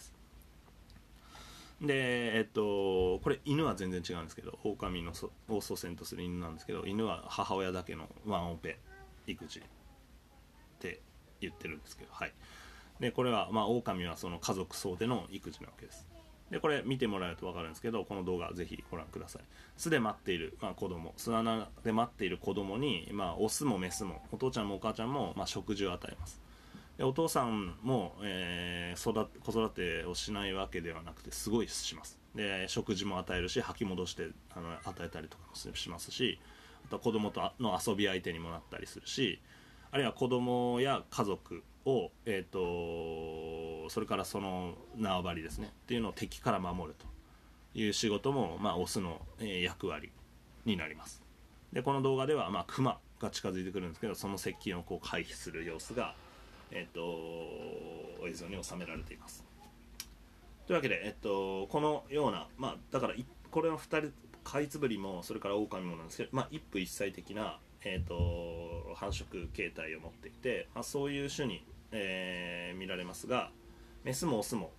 でこれ犬は全然違うんですけど、狼のを祖先とする犬なんですけど、犬は母親だけのワンオペ育児って言ってるんですけど、はい。でこれは狼はその家族総出の育児なわけです。でこれ見てもらえると分かるんですけど、この動画ぜひご覧ください。巣で待っている、子供、巣穴で待っている子供に、オスもメスもお父ちゃんもお母ちゃんも、食事を与えます。でお父さんも、子育てをしないわけではなくてすごいします。で食事も与えるし、吐き戻して与えたりとかもしますし、あとは子供との遊び相手にもなったりするし、あるいは子供や家族を、それからその縄張りですねっていうのを敵から守るという仕事も、オスの、役割になります。でこの動画では、クマが近づいてくるんですけど、その接近をこう回避する様子が、映像に収められています。というわけで、このような、だからこれの2人、カイツブリもそれからオオカミもなんですけど、一夫一妻的な、繁殖形態を持っていて、そういう種に、見られますが、メスもオスも、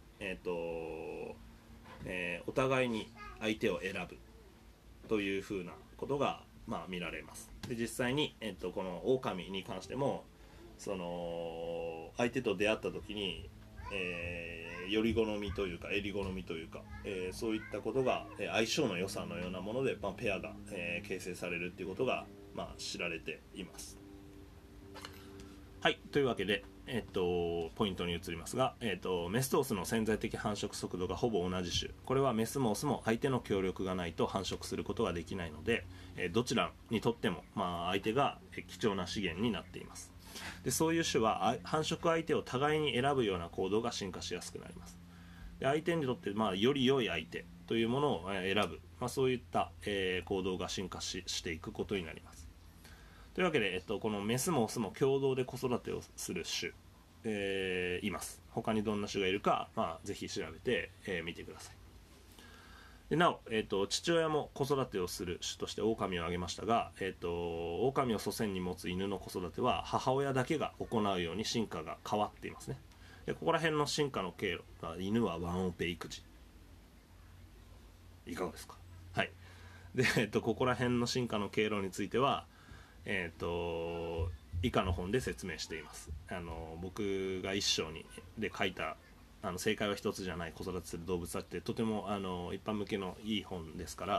お互いに相手を選ぶというふうなことが、見られます。で実際に、このオオカミに関しても、その相手と出会った時に、より好みというか襟好みというか、そういったことが、相性の良さのようなもので、ペアが、形成されるっていうことが、知られています。はい、というわけで、ポイントに移りますが、メスとオスの潜在的繁殖速度がほぼ同じ種、これはメスもオスも相手の協力がないと繁殖することができないので、どちらにとっても、相手が貴重な資源になっています。でそういう種は繁殖相手を互いに選ぶような行動が進化しやすくなります。で相手にとって、より良い相手というものを選ぶ、そういった、行動が進化していくことになります。 というわけで、このメスもオスも共同で子育てをする種、います。他にどんな種がいるか、ぜひ調べてみてください。でなお、父親も子育てをする種として狼を挙げましたが、狼を祖先に持つ犬の子育ては母親だけが行うように進化が変わっていますね。でここら辺の進化の経路、犬はワンオペ育児、いかがですか。はい。で、ここら辺の進化の経路については、以下の本で説明しています。僕が一章で書いた正解は一つじゃない子育てする動物たちってとても一般向けのいい本ですから、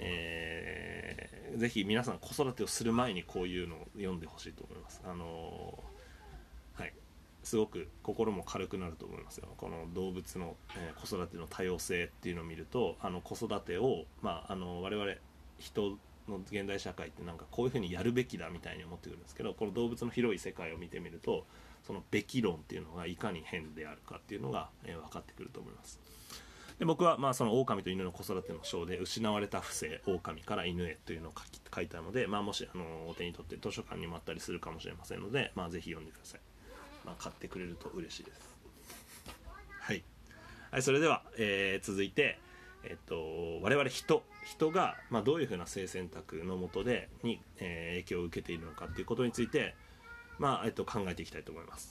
ぜひ皆さん子育てをする前にこういうのを読んでほしいと思います。はい、すごく心も軽くなると思いますよ。この動物の、子育ての多様性っていうのを見ると、子育てを、我々人の現代社会ってなんかこういうふうにやるべきだみたいに思ってくるんですけど、この動物の広い世界を見てみると、そのべき論っていうのがいかに変であるかっていうのが、分かってくると思います。で僕はその狼と犬の子育ての章で失われた不正狼から犬へというのを書いたので、もしお手に取って図書館にもあったりするかもしれませんので、ぜひ読んでください。買ってくれると嬉しいです。はい、はい、それでは、続いて、我々人が、どういうふうな性選択の下で影響を受けているのかということについて、考えていきたいと思います。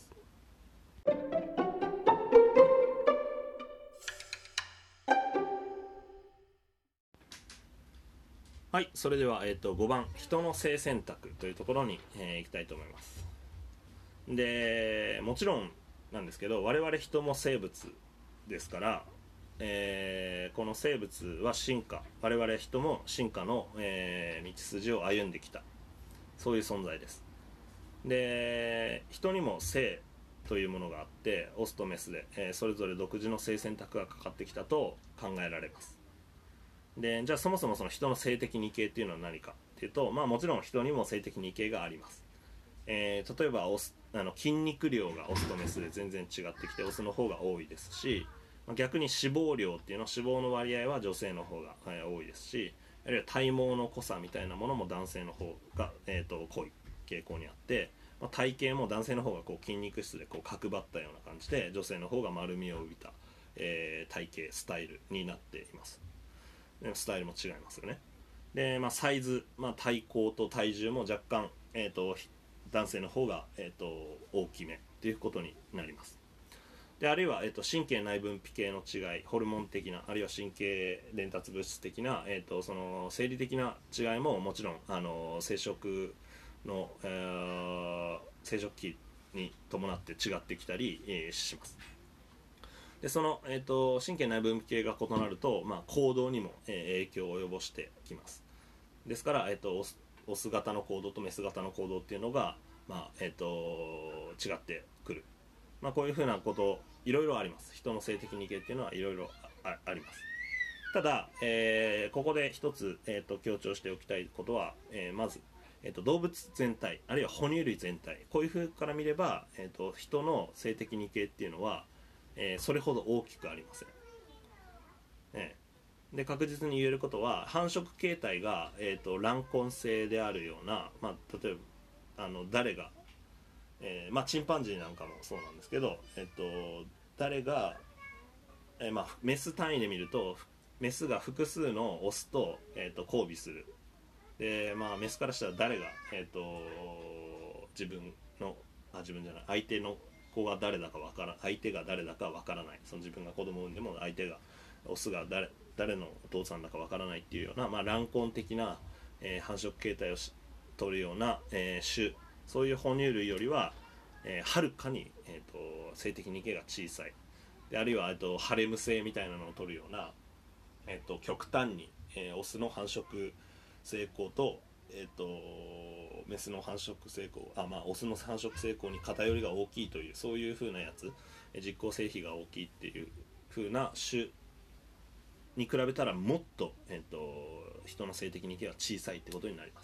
はい、それでは、5番人の性選択というところに、いきたいと思います。でもちろんなんですけど、我々人も生物ですから、この生物は進化、我々人も進化の、道筋を歩んできた、そういう存在です。で人にも性というものがあって、オスとメスで、それぞれ独自の性選択がかかってきたと考えられます。でじゃあそもそもその人の性的二形っていうのは何かっていうと、もちろん人にも性的二形があります。例えば筋肉量がオスとメスで全然違ってきて、オスの方が多いですし、逆に脂肪量っていうのは脂肪の割合は女性の方が、多いですし、あるいは体毛の濃さみたいなものも男性の方が、濃い傾向にあって、体型も男性の方がこう筋肉質でこう角張ったような感じで、女性の方が丸みを帯びた、体型スタイルになっています。スタイルも違いますよね。で、サイズ、体高と体重も若干、男性の方が、大きめということになります。であるいは、神経内分泌系の違い、ホルモン的な、あるいは神経伝達物質的な、その生理的な違いももちろん生殖の、生殖期に伴って違ってきたり、します。でその、神経内分泌系が異なると、行動にも、影響を及ぼしてきます。ですから、オス型の行動とメス型の行動っていうのが、違ってくる、こういうふうなこといろいろあります。人の性的二形っていうのはいろいろあります。ただ、ここで一つ、強調しておきたいことは、まず、動物全体あるいは哺乳類全体、こういうふうから見れば、人の性的二形っていうのは、それほど大きくありません。で確実に言えることは、繁殖形態が、卵根性であるような、例えば誰が、チンパンジーなんかもそうなんですけど、誰が、メス単位で見るとメスが複数のオスと、交尾する。で、メスからしたら誰が、自分じゃない、相手の子が誰だかわから相手が誰だかわからない、その自分が子供を産んでも相手がオスが誰のお父さんだかわからないっていうような、卵根的な、繁殖形態を取るような、種、そういう哺乳類よりは、はるかに、性的二形が小さい。であるいはハレム性みたいなのを取るような、極端に、オスの繁殖成功と、メスの繁殖成功、オスの繁殖成功に偏りが大きいという、そういう風なやつ、実効性比が大きいっていう風な種に比べたらもっと、人の性的二形は小さいってことになります。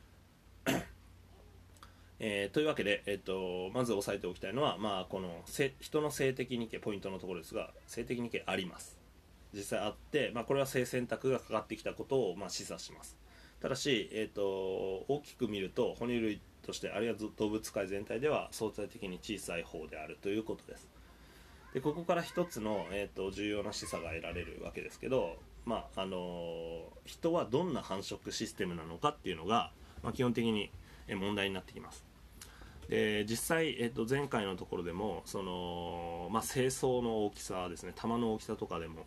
というわけで、まず押さえておきたいのは、この人の性的二形、ポイントのところですが、性的二形あります。実際あって、これは性選択がかかってきたことを、示唆します。 ただし、大きく見ると哺乳類としてあるいは動物界全体では相対的に小さい方であるということです。でここから一つの、重要な示唆が得られるわけですけど、人はどんな繁殖システムなのかっていうのが、基本的に問題になってきます。で実際、前回のところでもその、精巣の大きさですね、玉の大きさとかでも、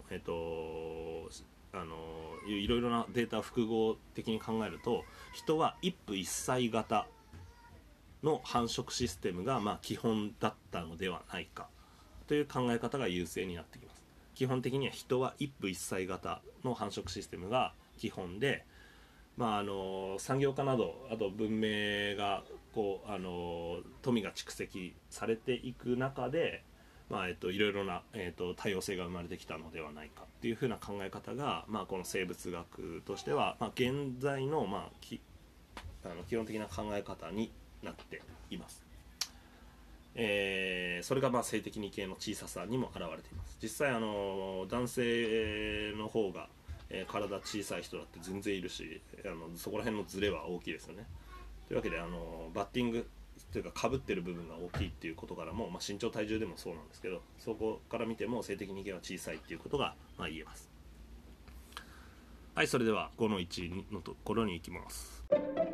いろいろなデータを複合的に考えると、人は一夫一妻型の繁殖システムが基本だったのではないかという考え方が優勢になってきます。基本的には人は一夫一妻型の繁殖システムが基本で、産業化などあと文明が富が蓄積されていく中で、いろいろな、多様性が生まれてきたのではないかっていうふうな考え方が、この生物学としては、現在の、基本的な考え方になっています。それが性的二形の小ささにも現れています。実際男性の方が、体小さい人だって全然いるし、そこら辺のズレは大きいですよね。というわけでバッティングというか被ってる部分が大きいっていうことからも、身長体重でもそうなんですけど、そこから見ても性的二形は小さいっていうことが、言えます。はい、それでは5の1のところに行きます。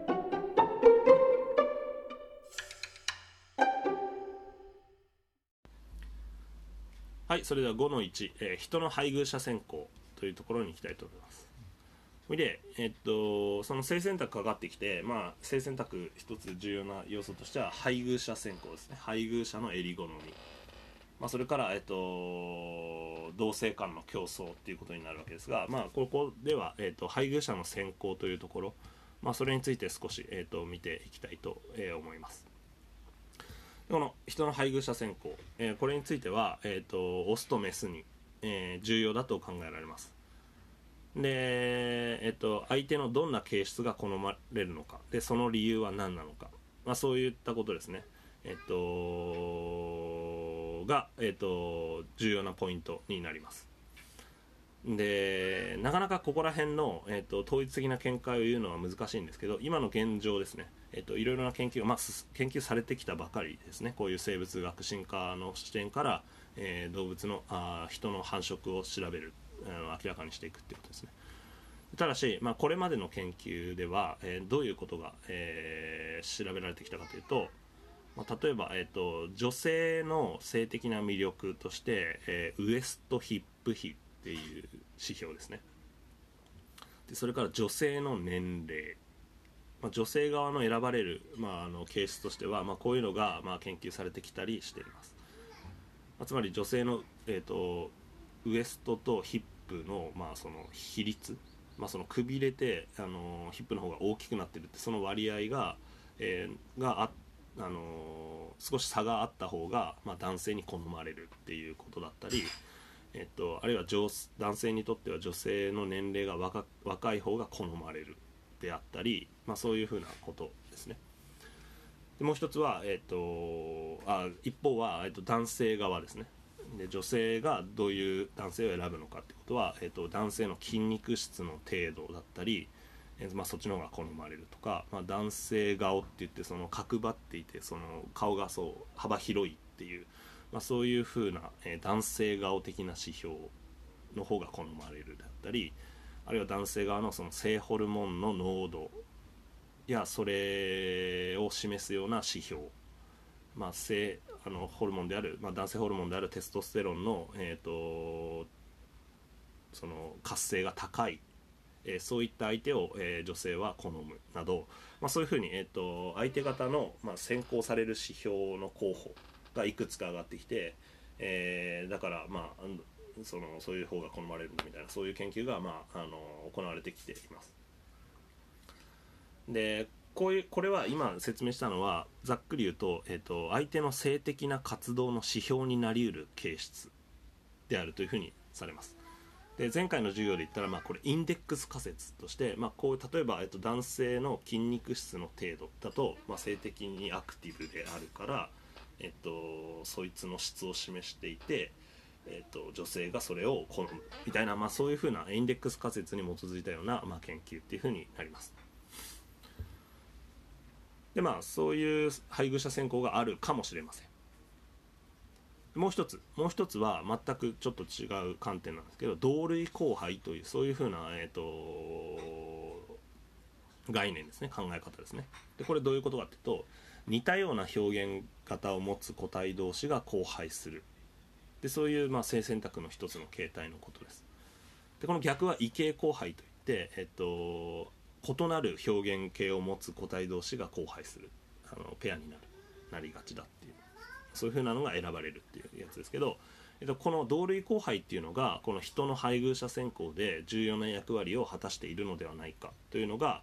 はい、それでは5の1、人の配偶者選考というところに行きたいと思います。で、その性選択かかってきて、性選択一つ重要な要素としては配偶者選考ですね。配偶者の襟好み、それから、同性間の競争っていうことになるわけですが、ここでは、配偶者の選考というところ、それについて少し、見ていきたいと、思います。この人の配偶者選考、これについては、オスとメスに、重要だと考えられます。で、相手のどんな形質が好まれるのか、でその理由は何なのか、そういったことですね、が、重要なポイントになります。でなかなかここら辺の、統一的な見解を言うのは難しいんですけど、今の現状ですね、いろいろな研究が、研究されてきたばかりですね。こういう生物学進化の視点から、動物の人の繁殖を調べる、明らかにしていくっていうことですね。ただし、これまでの研究では、どういうことが、調べられてきたかというと、例えば、女性の性的な魅力として、ウエストヒップ比っていう指標ですね。でそれから女性の年齢、女性側の選ばれる、ケースとしては、こういうのが、研究されてきたりしています。つまり女性の、ウエストとヒップの、その比率、そのくびれて、ヒップの方が大きくなってるってその割合が、少し差があった方が、男性に好まれるっていうことだったり、あるいは男性にとっては女性の年齢が若い方が好まれるであったり、そういうふうなことですね。でもう一つは、一方は、男性側ですね。で女性がどういう男性を選ぶのかってことは、男性の筋肉質の程度だったり、そっちの方が好まれるとか、男性顔って言ってその角張っていてその顔がそう幅広いっていう、そういう風な、男性顔的な指標の方が好まれるだったり、あるいは男性側のその性ホルモンの濃度やそれを示すような指標、性ホルモンである、男性ホルモンであるテストステロンの、その活性が高い、そういった相手を、女性は好むなど、そういうふうに、相手方の、選考される指標の候補がいくつか上がってきて、だからそういう方が好まれるんだみたいな、そういう研究が、行われてきています。でこれは今説明したのはざっくり言うと、相手の性的な活動の指標になりうる形質であるというふうにされます。で前回の授業で言ったら、これインデックス仮説として、こう例えば、男性の筋肉質の程度だと、性的にアクティブであるから、そいつの質を示していて、女性がそれを好むみたいな、そういうふうなインデックス仮説に基づいたような、研究っていうふうになります。 でそういう配偶者選考があるかもしれません。もう一つは全くちょっと違う観点なんですけど、同類交配というそういうふうな、概念ですね、考え方ですね。でこれどういうことかというと、似たような表現型を持つ個体同士が交配する、でそういう性選択の一つの形態のことです。でこの逆は異形交配といって、異なる表現形を持つ個体同士が交配する、ペアになりがちだっていう、そういう風なのが選ばれるっていうやつですけど、この同類交配っていうのがこの人の配偶者選考で重要な役割を果たしているのではないかというのが、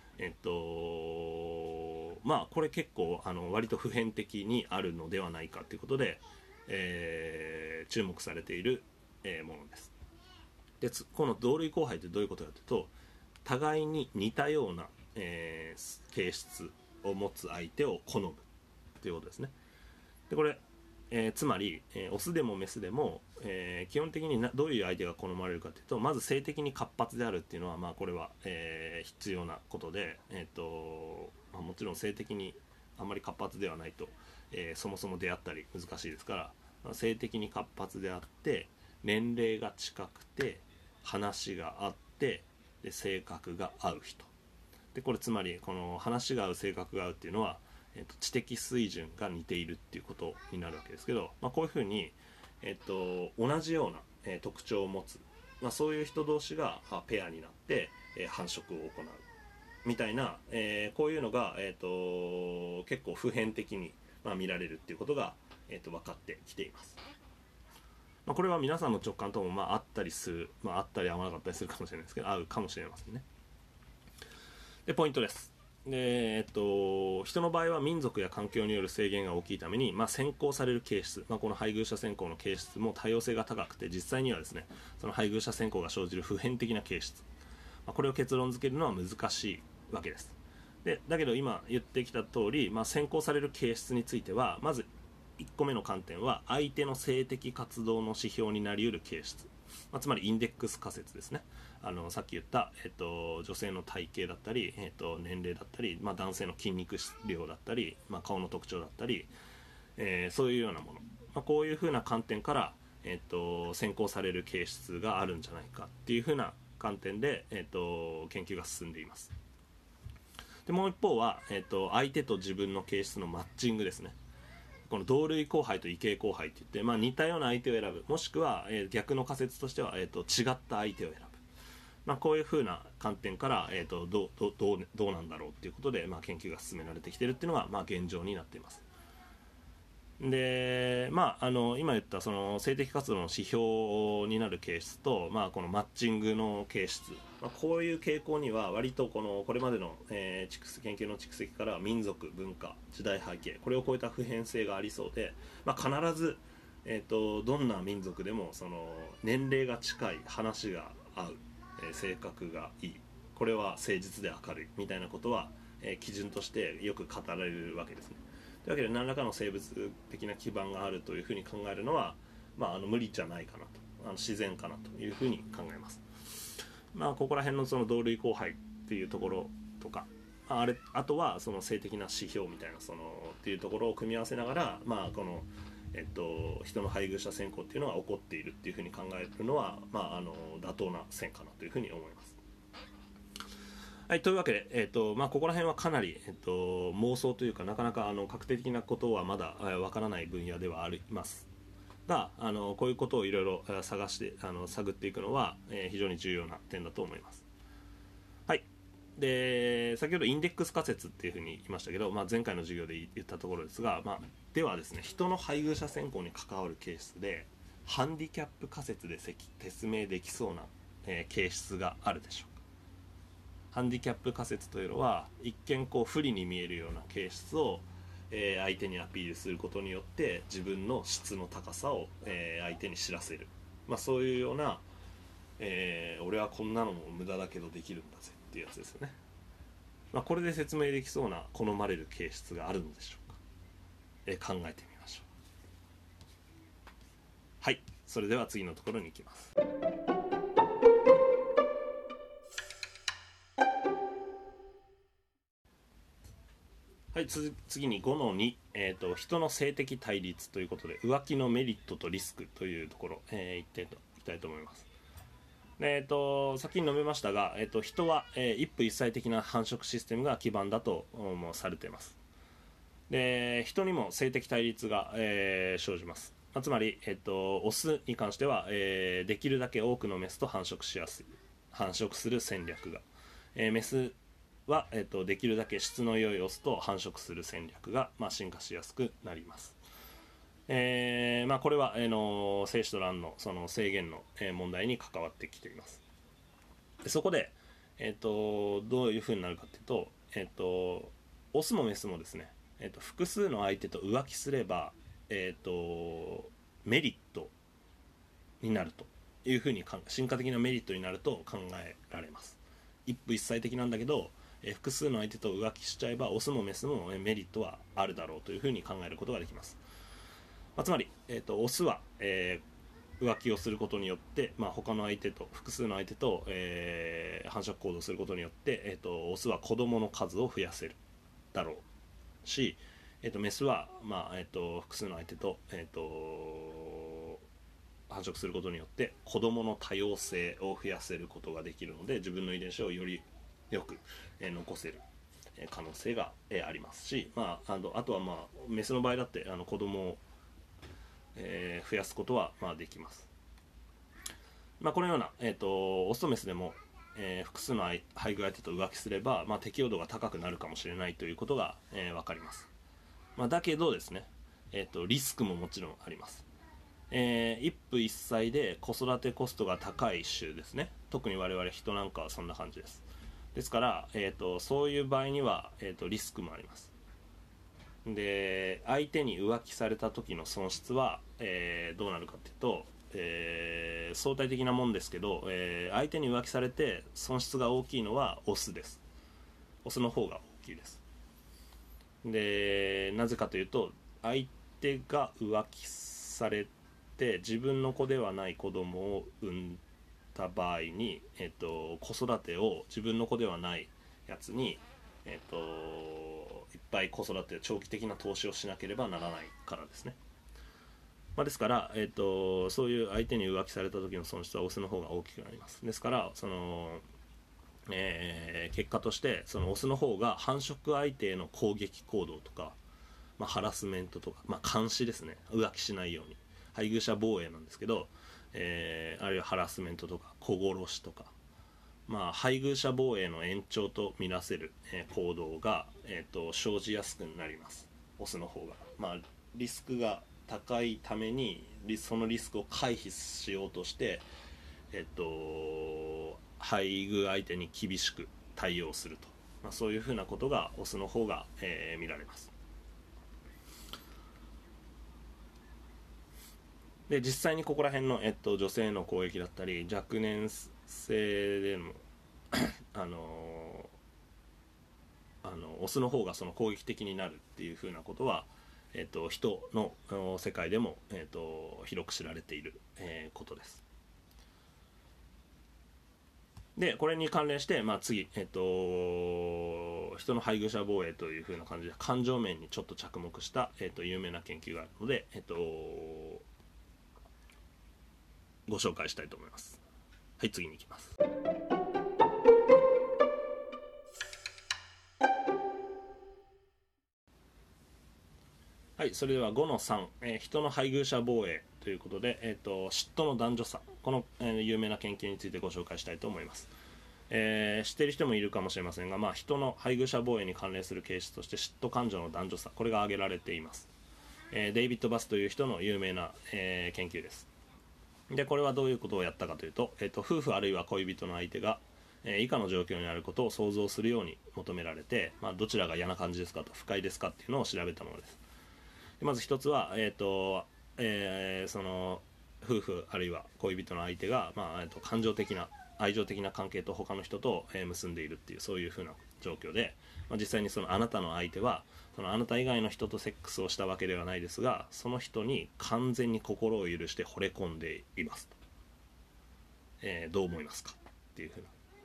これ結構割と普遍的にあるのではないかということで、注目されている、ものです。でこの同類交配ってどういうことかというと、互いに似たような、形質を持つ相手を好むということですね。でこれ、つまり、オスでもメスでも、基本的にどういう相手が好まれるかというと、まず性的に活発であるっていうのは、これは、必要なことで、もちろん性的にあんまり活発ではないと、そもそも出会ったり難しいですから、性的に活発であって年齢が近くて話が合ってで性格が合う人で、これつまりこの話が合う性格が合うっていうのは、知的水準が似ているっていうことになるわけですけど、こういうふうに、同じような、特徴を持つ、そういう人同士がペアになって、繁殖を行うみたいな、こういうのが、結構普遍的に、見られるっていうことが、分かってきています。これは皆さんの直感ともあったりする、あったり合わなかったりするかもしれないですけど、合うかもしれませんね。でポイントです。で人の場合は民族や環境による制限が大きいために、選考される形質、この配偶者選考の形質も多様性が高くて、実際にはですね、その配偶者選考が生じる普遍的な形質、これを結論付けるのは難しいわけです。だけど今言ってきた通り、選考される形質については、まず1個目の観点は相手の性的活動の指標になり得る形質、つまりインデックス仮説ですね。さっき言った、女性の体型だったり、年齢だったり、男性の筋肉量だったり、顔の特徴だったり、そういうようなもの、こういうふうな観点から、選考される形質があるんじゃないかっていうふうな観点で、研究が進んでいます。でもう一方は、相手と自分の形質のマッチングですね。この同類交配と異形交配といって、似たような相手を選ぶ、もしくは、逆の仮説としては、違った相手を選ぶ、こういうふうな観点から、どうなんだろうっていうことで、研究が進められてきているっていうのが、現状になっています。で今言ったその性的活動の指標になる形質と、このマッチングの形質、こういう傾向には割とこれまでの、研究の蓄積から民族、文化、時代背景、これを超えた普遍性がありそうで、必ず、どんな民族でもその年齢が近い、話が合う、性格がいい、これは誠実で明るいみたいなことは、基準としてよく語られるわけですね。というわけで何らかの生物的な基盤があるというふうに考えるのは、無理じゃないかなと、自然かなというふうに考えます。ここら辺のその同類交配っていうところとか、あとはその性的な指標みたいなっていうところを組み合わせながら、この、人の配偶者選考っていうのが起こっているっていうふうに考えるのは、妥当な線かなというふうに思います。はい、というわけで、ここら辺はかなり、妄想というかなかなか確定的なことはまだわからない分野ではありますが、こういうことをいろいろ探っていくのは、非常に重要な点だと思います。はい。で先ほどインデックス仮説っていうふうに言いましたけど、前回の授業で言ったところですが、ではですね、人の配偶者選考に関わるケースでハンディキャップ仮説で説明できそうな、形質があるでしょうか。ハンディキャップ仮説というのは一見不利に見えるような形質を、相手にアピールすることによって自分の質の高さを、相手に知らせる、そういうような、俺はこんなのも無駄だけどできるんだぜっていうやつですよね。これで説明できそうな好まれる形質があるのでしょうか。考えてみましょう。はい、それでは次のところに行きます。 はい、次に5の2、人の性的対立ということで、浮気のメリットとリスクというところ、いきたいと思います。で先に述べましたが、人は、一夫一妻的な繁殖システムが基盤だともされています。で人にも性的対立が、生じます。つまり、オスに関しては、できるだけ多くのメスと繁殖しやすい、繁殖する戦略が、メスは、できるだけ質の良いオスと繁殖する戦略が、進化しやすくなります。これは、精子と卵のその制限の、問題に関わってきています。でそこで、どういうふうになるかというと、オスもメスもですね、複数の相手と浮気すれば、メリットになるというふうに進化的なメリットになると考えられます。一夫一妻的なんだけど、複数の相手と浮気しちゃえばオスもメスもメリットはあるだろうというふうに考えることができます。つまり、オスは、浮気をすることによって、他の相手と複数の相手と、繁殖行動することによって、オスは子供の数を増やせるだろうし、メスは、複数の相手と、繁殖することによって子供の多様性を増やせることができるので、自分の遺伝子をよりよく、残せる可能性が、ありますし、あとは、メスの場合だって子供を、増やすことは、できます。このような、オスとメスでも、複数の配偶相手と浮気すれば、適応度が高くなるかもしれないということが、分かります。だけどですね、リスクももちろんあります。一夫一妻で子育てコストが高い種ですね。特に我々人なんかはそんな感じです。ですから、そういう場合には、リスクもあります。で相手に浮気された時の損失は、どうなるかというと、相対的なもんですけど、相手に浮気されて損失が大きいのはオスです。オスの方が大きいです。でなぜかというと、相手が浮気されて自分の子ではない子供を産んだ場合に、子育てを自分の子ではないやつに、いっぱい子育て長期的な投資をしなければならないからですね。ですから、そういう相手に浮気された時の損失はオスの方が大きくなります。ですからその、結果としてそのオスの方が繁殖相手への攻撃行動とか、ハラスメントとか、監視ですね、浮気しないように配偶者防衛なんですけど、あるいはハラスメントとか子殺しとか、配偶者防衛の延長とみなせる、行動が、生じやすくなります。オスの方が、リスクが高いためにそのリスクを回避しようとして、配偶相手に厳しく対応すると、そういうふうなことがオスの方が、見られます。で実際にここら辺の、女性の攻撃だったり若年性でもオスの方がその攻撃的になるっていうふうなことは、人の世界でも、広く知られている、ことです。でこれに関連して、次、人の配偶者防衛というふうな感じで感情面にちょっと着目した、有名な研究があるので、ご紹介したいと思います。はい、次に行きます。はい、それでは5の3、人の配偶者防衛ということで、嫉妬の男女差、この、有名な研究についてご紹介したいと思います。知っている人もいるかもしれませんが、人の配偶者防衛に関連する形質として嫉妬感情の男女差、これが挙げられています。デイビッド・バスという人の有名な、研究です。でこれはどういうことをやったかというと、夫婦あるいは恋人の相手が、以下の状況にあることを想像するように求められて、どちらが嫌な感じですかと、不快ですかっていうのを調べたものです。でまず一つは、その夫婦あるいは恋人の相手が、感情的な愛情的な関係と他の人と、結んでいるっていう、そういうふうな状況で、実際にそのあなたの相手はそのあなた以外の人とセックスをしたわけではないですが、その人に完全に心を許して惚れ込んでいますと、どう思いますかっていうふうな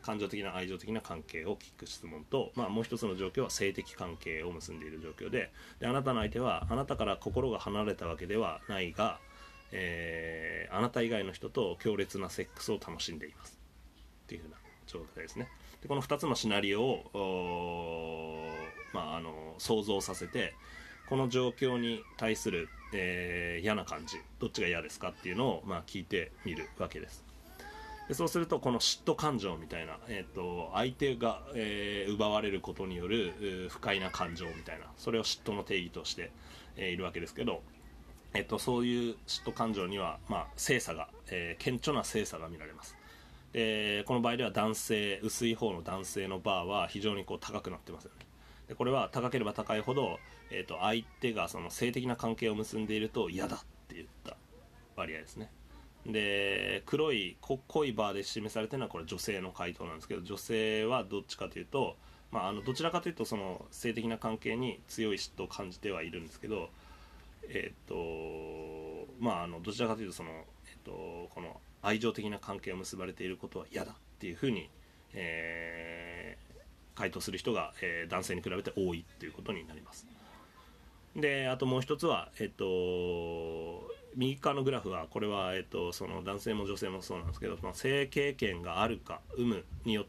感情的な愛情的な関係を聞く質問と、もう一つの状況は性的関係を結んでいる状況で、あなたの相手はあなたから心が離れたわけではないが、あなた以外の人と強烈なセックスを楽しんでいますっていうふうな状態ですね。でこの2つのシナリオを、想像させて、この状況に対する、嫌な感じ、どっちが嫌ですかっていうのを、聞いてみるわけです。でそうすると、この嫉妬感情みたいな、相手が、奪われることによる不快な感情みたいな、それを嫉妬の定義として、いるわけですけど、そういう嫉妬感情には、性差が、顕著な性差が見られます。この場合では薄い方の男性のバーは非常に高くなってますよね。でこれは高ければ高いほど、相手がその性的な関係を結んでいると嫌だって言った割合ですね。で濃いバーで示されているのはこれ女性の回答なんですけど、女性はどっちかというと、どちらかというとその性的な関係に強い嫉妬を感じてはいるんですけど、どちらかというとこの愛情的な関係を結ばれていることは嫌だっていうふうに、回答する人が、男性に比べて多いっていうことになります。であともう一つは、右側のグラフはこれは、その男性も女性もそうなんですけど、性経験があるか有無によって、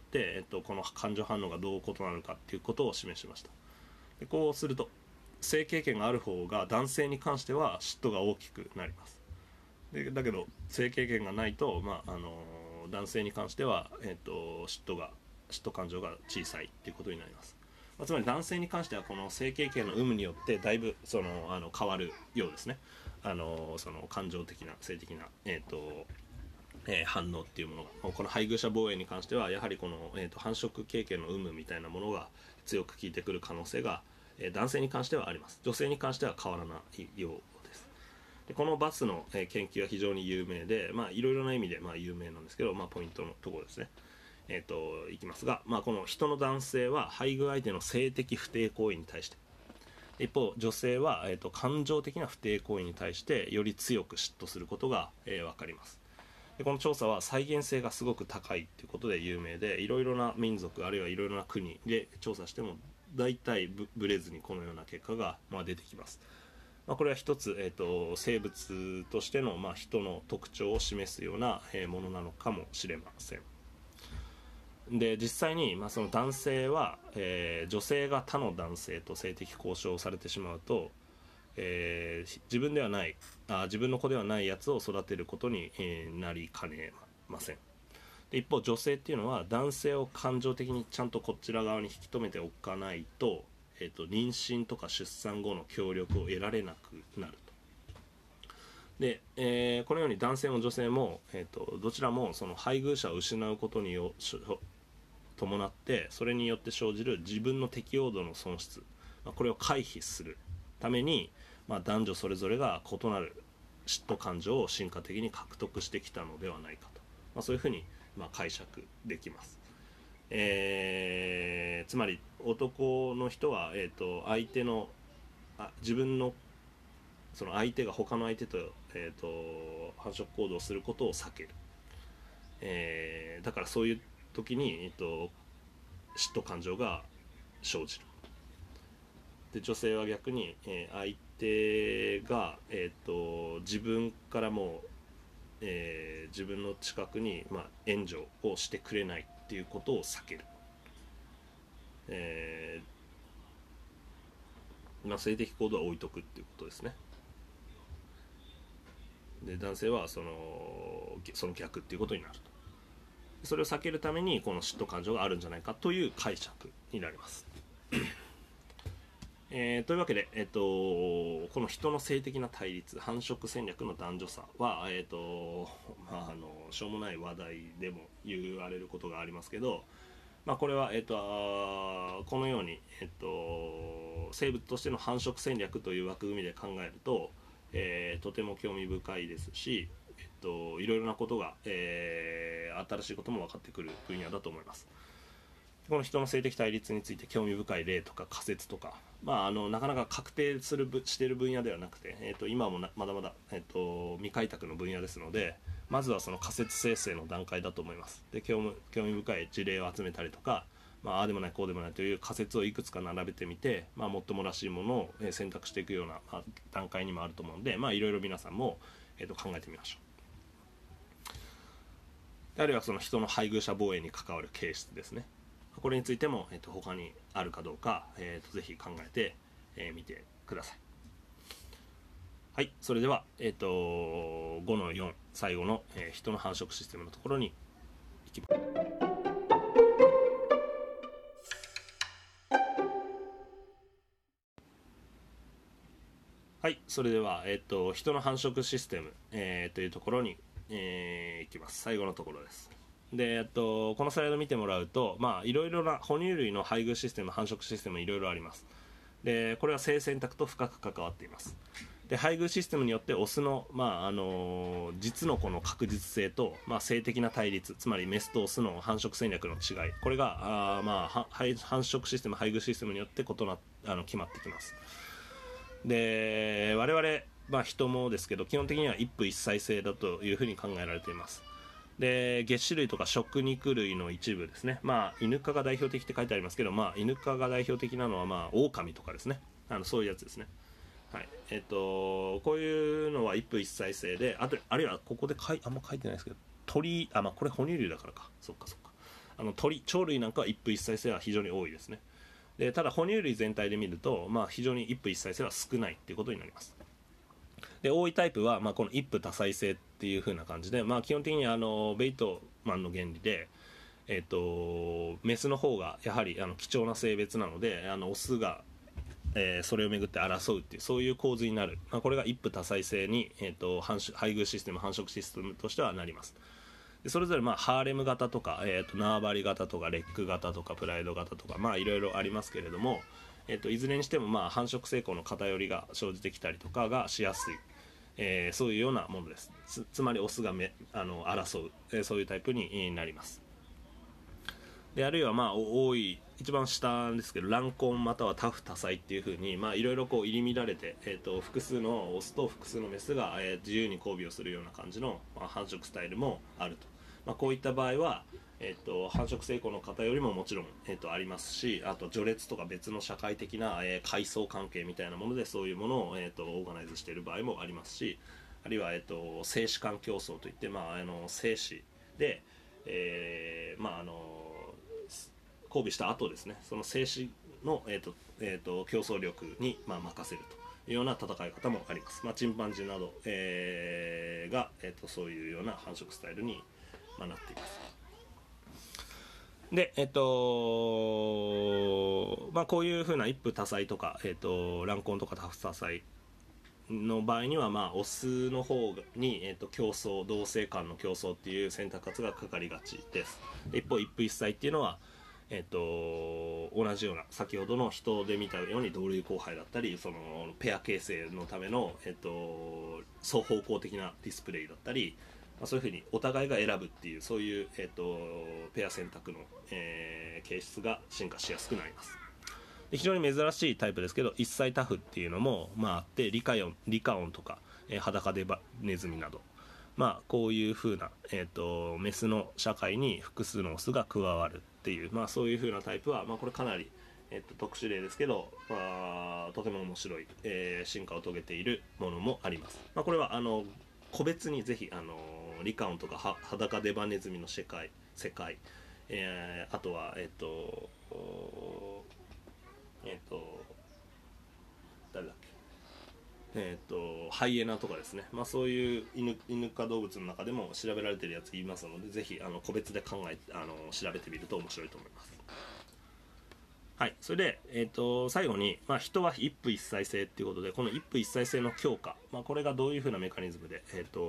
この感情反応がどう異なるかっていうことを示しました。でこうすると性経験がある方が男性に関しては嫉妬が大きくなります。だけど性経験がないと、男性に関しては、嫉妬感情が小さいっていうことになります。つまり男性に関してはこの性経験の有無によってだいぶ変わるようですね。その感情的な性的な、反応っていうものが、この配偶者防衛に関してはやはりこの、繁殖経験の有無みたいなものが強く効いてくる可能性が、男性に関してはあります。女性に関しては変わらないようです。でこのバスの、研究は非常に有名で、いろいろな意味で、有名なんですけど、ポイントのところですね。いきますが、この人の男性は配偶相手の性的不貞行為に対して、一方女性は、感情的な不貞行為に対してより強く嫉妬することが、分かります。でこの調査は再現性がすごく高いということで有名で、いろいろな民族あるいはいろいろな国で調査しても大体ブレずにこのような結果が、出てきます。これは一つ、生物としての、人の特徴を示すような、ものなのかもしれません。で実際に、その男性は、女性が他の男性と性的交渉をされてしまうと、自分の子ではないやつを育てることに、なりかねません。で一方女性っていうのは男性を感情的にちゃんとこちら側に引き止めておかないと、妊娠とか出産後の協力を得られなくなると。で、このように男性も女性も、どちらもその配偶者を失うことに伴ってそれによって生じる自分の適応度の損失、これを回避するために、男女それぞれが異なる嫉妬感情を進化的に獲得してきたのではないかと、そういうふうに解釈できます。つまり男の人は、相手の自分のその相手が他の相手と、繁殖行動をすることを避ける、だからそういう時に、嫉妬感情が生じる。で女性は逆に、相手が、自分からも、自分の近くに、援助をしてくれないっていうことを避ける、性的行動は置いとくっていうことですね。で男性はその逆っていうことになると。それを避けるためにこの嫉妬感情があるんじゃないかという解釈になりますというわけで、この人の性的な対立、繁殖戦略の男女差は、しょうもない話題でも言われることがありますけど、これは、このように、生物としての繁殖戦略という枠組みで考えると、とても興味深いですし、いろいろなことが、新しいことも分かってくる分野だと思います。この人の性的対立について興味深い例とか仮説とか、なかなか確定している分野ではなくて、今もまだまだ、未開拓の分野ですので、 まずはその仮説生成の段階だと思います。で興味深い事例を集めたりとか、ああでもないこうでもないという仮説をいくつか並べてみて、もっともらしいものを選択していくような段階にもあると思うので、いろいろ皆さんも考えてみましょう。あるいはその人の配偶者防衛に関わる形質ですね。これについても他にあるかどうかぜひ考えてみてください。はい、それでは5の4最後の人の繁殖システムのところに行きます。はい、それでは人の繁殖システムというところに行きます。最後のところです。でこのスライド見てもらうといろいろな哺乳類の配偶システム繁殖システムいろいろあります。でこれは性選択と深く関わっています。で配偶システムによってオスの、実の子の確実性と、性的な対立、つまりメスとオスの繁殖戦略の違い、これが繁殖システム配偶システムによって決まってきます。で我々、人もですけど基本的には一夫一妻制だというふうに考えられています。で齧歯類とか食肉類の一部ですね、イヌ科が代表的って書いてありますけど、イヌ科が代表的なのは狼とかですね、そういうやつですね。はい、こういうのは一夫一妻制で、あるいはここであんま書いてないですけど、鳥これ哺乳類だからか、そっか鳥類なんかは一夫一妻制は非常に多いですね。でただ哺乳類全体で見ると、非常に一夫一妻制は少ないっていうことになります。で多いタイプは、この一夫多妻制っていう風な感じで、基本的にベイトマンの原理で、メスの方がやはり貴重な性別なのでオスがそれをめぐって争うっていうそういう構図になる、これが一夫多妻制に、配偶システム繁殖システムとしてはなります。でそれぞれハーレム型とか、縄張り型とかレック型とかプライド型とかいろいろありますけれども、いずれにしても繁殖成功の偏りが生じてきたりとかがしやすい、そういうようなものです。つまりオスが争う、そういうタイプになります。であるいは多い一番下ですけど卵婚または多夫多妻っていう風にいろいろ入り乱れて、複数のオスと複数のメスが、自由に交尾をするような感じの、繁殖スタイルもあると、こういった場合は、繁殖成功の偏りももちろん、ありますし、あと序列とか別の社会的な、階層関係みたいなものでそういうものを、オーガナイズしている場合もありますし、あるいは、精子間競争といって、精子で、交尾した後ですね、その精子の、競争力に、任せるというような戦い方もあります。チンパンジーなど、が、そういうような繁殖スタイルに、なっています。でこういうふうな一夫多妻とか、卵婚とか多夫多妻の場合には、オスの方に、競争同性間の競争っていう選択肢がかかりがちです。一方一夫一妻っていうのは同じような先ほどの人で見たように同類交配だったりそのペア形成のための、双方向的なディスプレイだったり、そういうふうにお互いが選ぶっていうそういう、ペア選択の、形質が進化しやすくなります。で非常に珍しいタイプですけど一妻多夫っていうのも、あってリカオンとか、裸デバネズミなどこういうふうな、メスの社会に複数のオスが加わるっていう、そういうふうなタイプは、これかなり、特殊例ですけど、とても面白い、進化を遂げているものもあります。これは個別にぜひリカオンとか裸デバネズミの世界、あとは誰だっけハイエナとかですね、そういう犬科動物の中でも調べられているやつ言いますのでぜひ個別で調べてみると面白いと思います。はい、それで、最後に、人は一夫一妻制っていうことでこの一夫一妻制の強化、これがどういうふうなメカニズムで、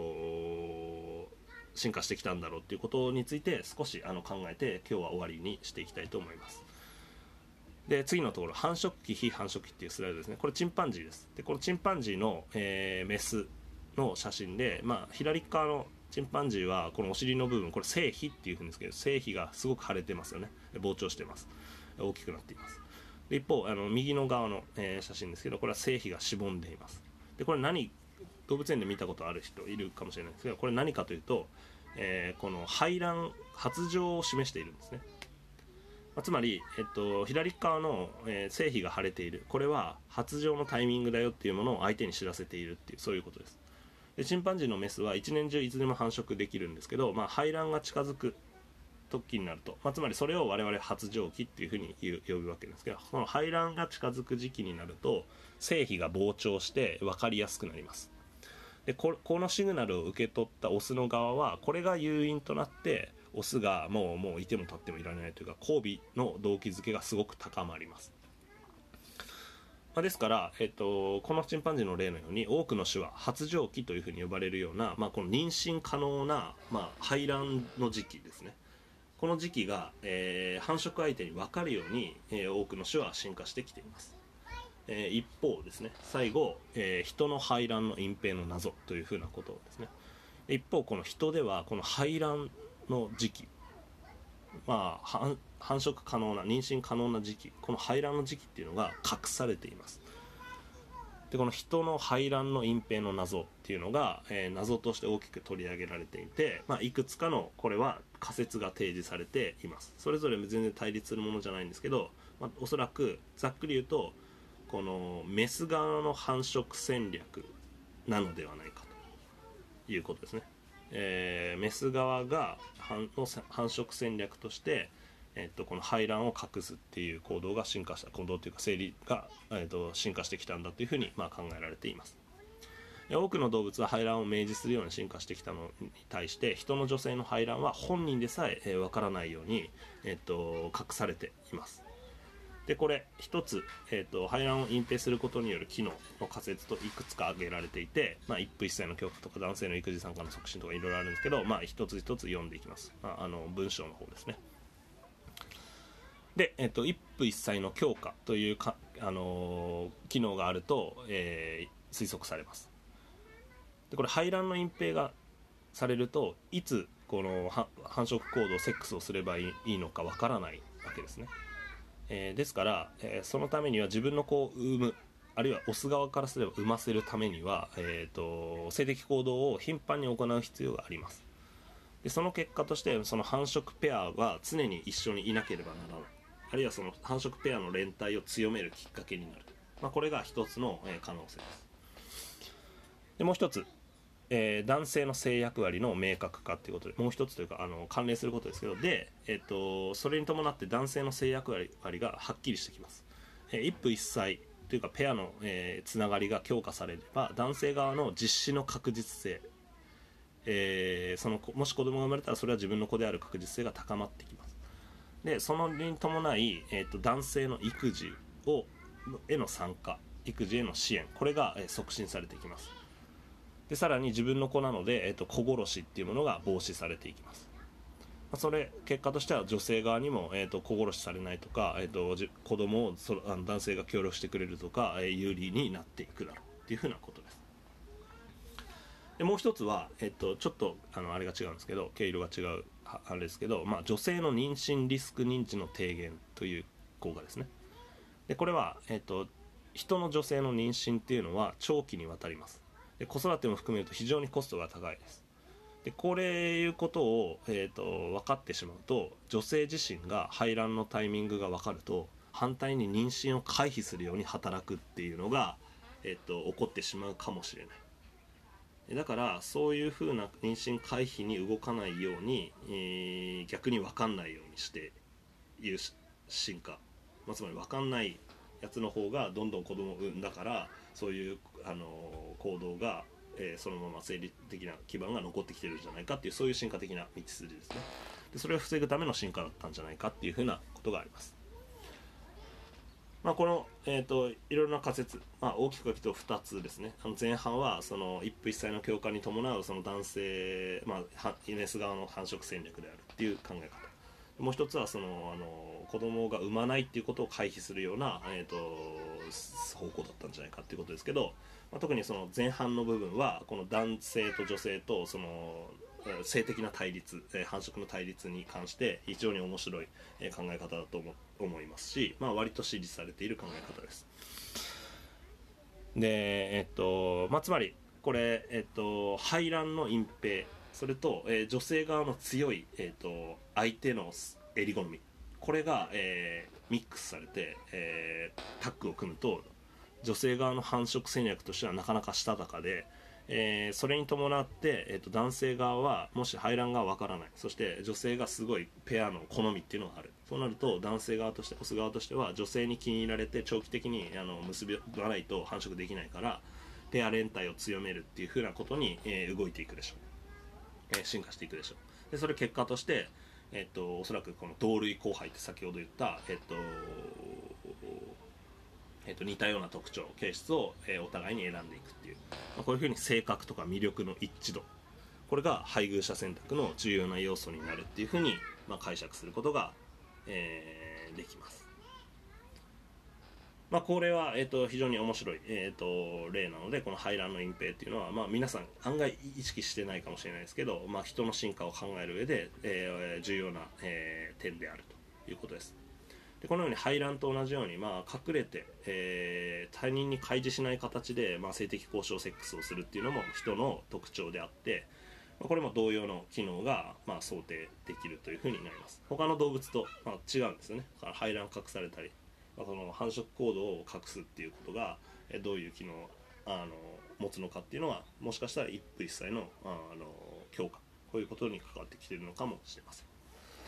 進化してきたんだろうっていうことについて少し考えて今日は終わりにしていきたいと思います。で次のところ繁殖期非繁殖期っていうスライドですね。これチンパンジーです。でこのチンパンジーの、メスの写真で、左側のチンパンジーはこのお尻の部分これ性皮っていうんですけど性皮がすごく腫れてますよね。膨張してます。大きくなっています。で一方右の側の、写真ですけどこれは性皮がしぼんでいます。でこれ何動物園で見たことある人いるかもしれないんですけど、これ何かというと、この排卵発情を示しているんですね。つまり、左側の、性皮が腫れている、これは発情のタイミングだよっていうものを相手に知らせているっていう、そういうことです。でチンパンジーのメスは一年中いつでも繁殖できるんですけど、排卵が近づく時になると、つまりそれを我々発情期っていうふうに呼ぶわけですけど、その排卵が近づく時期になると性皮が膨張して分かりやすくなります。でこのシグナルを受け取ったオスの側は、これが誘因となってオスがもういても立ってもいられないというか、交尾の動機づけがすごく高まります。ですから、このチンパンジーの例のように多くの種は発情期というふうに呼ばれるような、この妊娠可能な、排卵の時期ですね。この時期が、繁殖相手に分かるように、多くの種は進化してきています。一方ですね、最後、人の排卵の隠蔽の謎というふうなことですね。一方この人ではこの排卵の時期、繁殖可能な妊娠可能な時期、この排卵の時期っていうのが隠されています。でこの人の排卵の隠蔽の謎っていうのが、謎として大きく取り上げられていて、いくつかのこれは仮説が提示されています。それぞれ全然対立するものじゃないんですけど、おそらくざっくり言うとこのメス側の繁殖戦略なのではないかということですね。メス側が繁殖戦略として、この排卵を隠すっていう行動が進化した行動というか生理が、進化してきたんだというふうに考えられています。多くの動物は排卵を明示するように進化してきたのに対して、人の女性の排卵は本人でさえわからないように、隠されています。でこれ一つ、排卵を隠蔽することによる機能の仮説といくつか挙げられていて、一夫一妻の強化とか男性の育児参加の促進とかいろいろあるんですけど、一つ一つ読んでいきます。文章の方ですね。で、一夫一妻の強化という機能があると、推測されます。でこれ排卵の隠蔽がされると、いつこの繁殖行動セックスをすればいいのかわからないわけですね。ですから、そのためには自分の子を産む、あるいはオス側からすれば産ませるためには、性的行動を頻繁に行う必要があります。でその結果としてその繁殖ペアは常に一緒にいなければならない、あるいはその繁殖ペアの連帯を強めるきっかけになる、これが一つの、可能性です。でもう一つ、男性の性役割の明確化ということで、もう一つというか関連することですけど、で、それに伴って男性の性役割がはっきりしてきます。一夫一妻というかペアの、つながりが強化されれば、男性側の実施の確実性、もし子供が生まれたらそれは自分の子である確実性が高まってきます。でそのに伴い、男性の育児への参加、育児への支援、これが、促進されていきます。でさらに自分の子なので、子殺しっていうものが防止されていきます。それ結果としては女性側にも、子殺しされないとか、子供を男性が協力してくれるとか、有利になっていくだろうっていうふうなことです。でもう一つは、ちょっとあれが違うんですけど、毛色が違うあれですけど、女性の妊娠リスク認知の低減という効果ですね。でこれは、人の女性の妊娠っていうのは長期にわたります。で子育ても含めると非常にコストが高いです。でこれいうことを、分かってしまうと、女性自身が排卵のタイミングが分かると反対に妊娠を回避するように働くっていうのが、起こってしまうかもしれない。だからそういうふうな妊娠回避に動かないように、逆に分かんないようにしていう進化、つまり分かんないやつの方がどんどん子供を産んだから、そういう行動が、そのまま生理的な基盤が残ってきてるんじゃないかっていう、そういう進化的な道筋ですね。でそれを防ぐための進化だったんじゃないかっていうふうなことがあります。この、いろいろな仮説、大きく分けると2つですね。前半はその一夫一妻の強化に伴うその男性、メス側の繁殖戦略であるっていう考え方、もう一つはその子供が産まないっていうことを回避するような、方向だったんじゃないかっていうことですけど、特にその前半の部分はこの男性と女性とその性的な対立、繁殖の対立に関して非常に面白い考え方だと思いますし、割と支持されている考え方です。で、つまりこれ、排卵の隠蔽、それと、女性側の強い、相手の襟好み、これが、ミックスされて、タッグを組むと女性側の繁殖戦略としてはなかなかしたたかで、それに伴って、男性側はもし排卵がわからない、そして女性がすごいペアの好みっていうのがある、そうなると男性側としてオス側としては女性に気に入られて長期的に結ばないと繁殖できないからペア連帯を強めるっていう風なことに、動いていくでしょう、進化していくでしょう。でそれ結果として、おそらくこの同類交配って先ほど言った、似たような特徴形質を、お互いに選んでいくっていう、こういうふうに性格とか魅力の一致度、これが配偶者選択の重要な要素になるっていうふうに、解釈することが、できます。これは、非常に面白い、例なので、この排卵の隠蔽っていうのは、皆さん案外意識してないかもしれないですけど、人の進化を考える上で、重要な、点であるということです。でこのように排卵と同じように、隠れて、他人に開示しない形で、性的交渉セックスをするっていうのも人の特徴であって、これも同様の機能が、想定できるというふうになります。他の動物と、違うんですよね。だから排卵隠されたり、その繁殖行動を隠すっていうことがどういう機能を持つのかっていうのは、もしかしたら一夫一妻の強化、こういうことに関わってきているのかもしれません。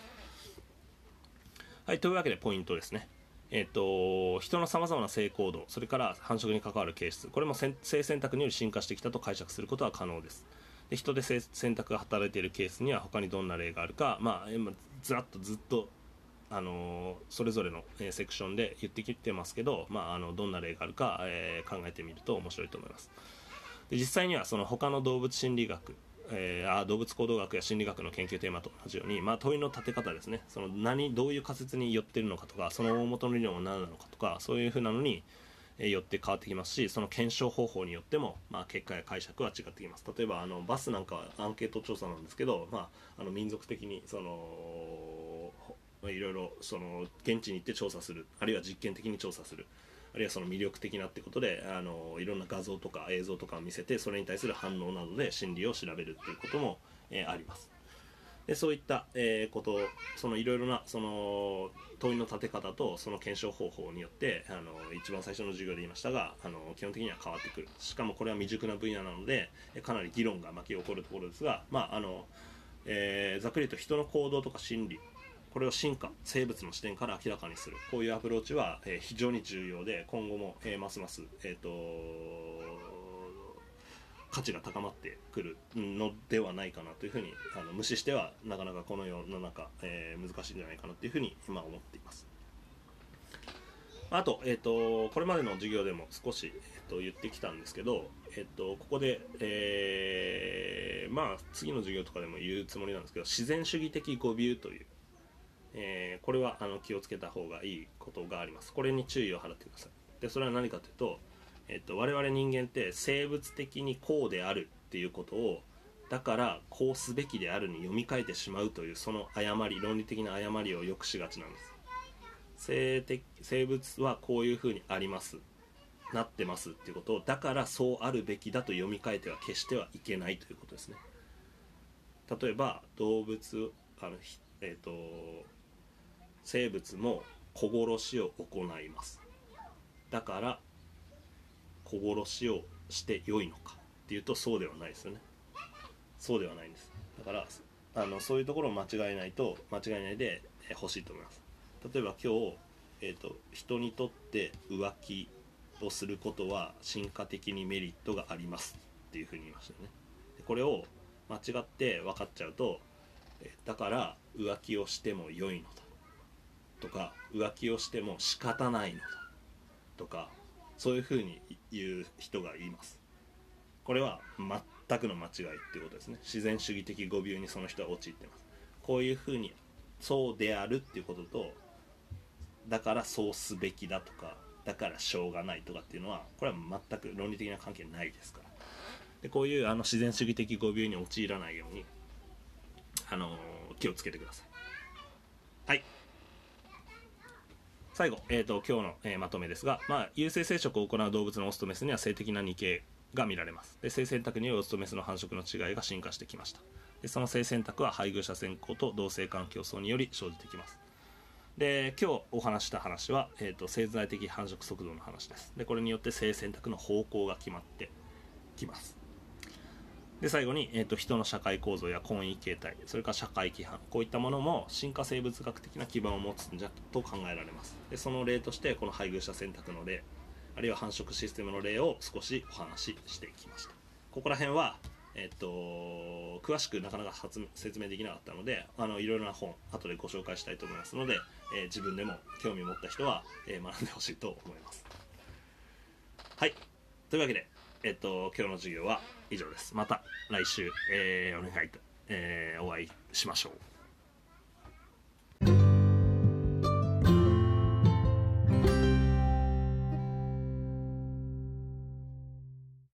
はい、というわけでポイントですね。人のさまざまな性行動、それから繁殖に関わる形質、これも性選択により進化してきたと解釈することは可能です。で人で性選択が働いているケースには他にどんな例があるか、ずっとそれぞれのセクションで言ってきてますけど、どんな例があるか、考えてみると面白いと思います。で実際にはその他の動物心理学、動物行動学や心理学の研究テーマと同じように、問いの立て方ですね、そのどういう仮説によっているのかとか、その大元の理論は何なのかとか、そういうふうなのによって変わってきますし、その検証方法によっても、結果や解釈は違ってきます。例えばバスなんかはアンケート調査なんですけど、民族的にいろいろその現地に行って調査する、あるいは実験的に調査する、あるいはその魅力的なってことでいろんな画像とか映像とかを見せて、それに対する反応などで心理を調べるっていうことも、あります。でそういった、ことをそのいろいろなその問いの立て方とその検証方法によって一番最初の授業で言いましたが基本的には変わってくる。しかもこれは未熟な分野なのでかなり議論が巻き起こるところですが、ざっくりと人の行動とか心理、これを進化生物の視点から明らかにする、こういうアプローチは、非常に重要で、今後も、ますます、価値が高まってくるのではないかなというふうに無視してはなかなかこの世の中、難しいんじゃないかなというふうに今思っています。あと、これまでの授業でも少し、言ってきたんですけど、ここで、次の授業とかでも言うつもりなんですけど、自然主義的語尾という、これは気をつけた方がいいことがあります。これに注意を払ってください。でそれは何かというと、我々人間って生物的にこうであるっていうことをだからこうすべきであるに読み替えてしまうという、その誤り、論理的な誤りをよくしがちなんです。生物はこういうふうにあります、なってますっていうことをだからそうあるべきだと読み替えては決してはいけないということですね。例えば動物生物も子殺しを行います、だから子殺しをして良いのかっていうとそうではないですよね。そうではないんです。だからそういうところを間違えないでほしいと思います。例えば今日、人にとって浮気をすることは進化的にメリットがありますっていうふうに言いましたよね。でこれを間違って分かっちゃうと、だから浮気をしても良いのだとか浮気をしても仕方ないのだとか、そういうふうに言う人がいます。これは全くの間違いっていうことですね。自然主義的語尾にその人は陥っています。こういうふうにそうであるっていうことと、だからそうすべきだとかだからしょうがないとかっていうのは、これは全く論理的な関係ないですから。でこういう自然主義的語尾に陥らないように気をつけてください。はい、最後、今日の、まとめですが、有性生殖を行う動物のオスとメスには性的な二形が見られます。で性選択によるオスとメスの繁殖の違いが進化してきました。でその性選択は配偶者選考と同性間競争により生じてきます。で今日お話した話は、生材的繁殖速度の話です。でこれによって性選択の方向が決まってきます。で最後に、人の社会構造や婚姻形態、それから社会規範、こういったものも進化生物学的な基盤を持つんじゃと考えられます。でその例としてこの配偶者選択の例、あるいは繁殖システムの例を少しお話ししてきました。ここら辺は、詳しくなかなか説明できなかったので、いろいろな本後でご紹介したいと思いますので、自分でも興味を持った人は、学んでほしいと思います。はい、というわけで、今日の授業は以上です。また来週、お願いと、お会いしましょう。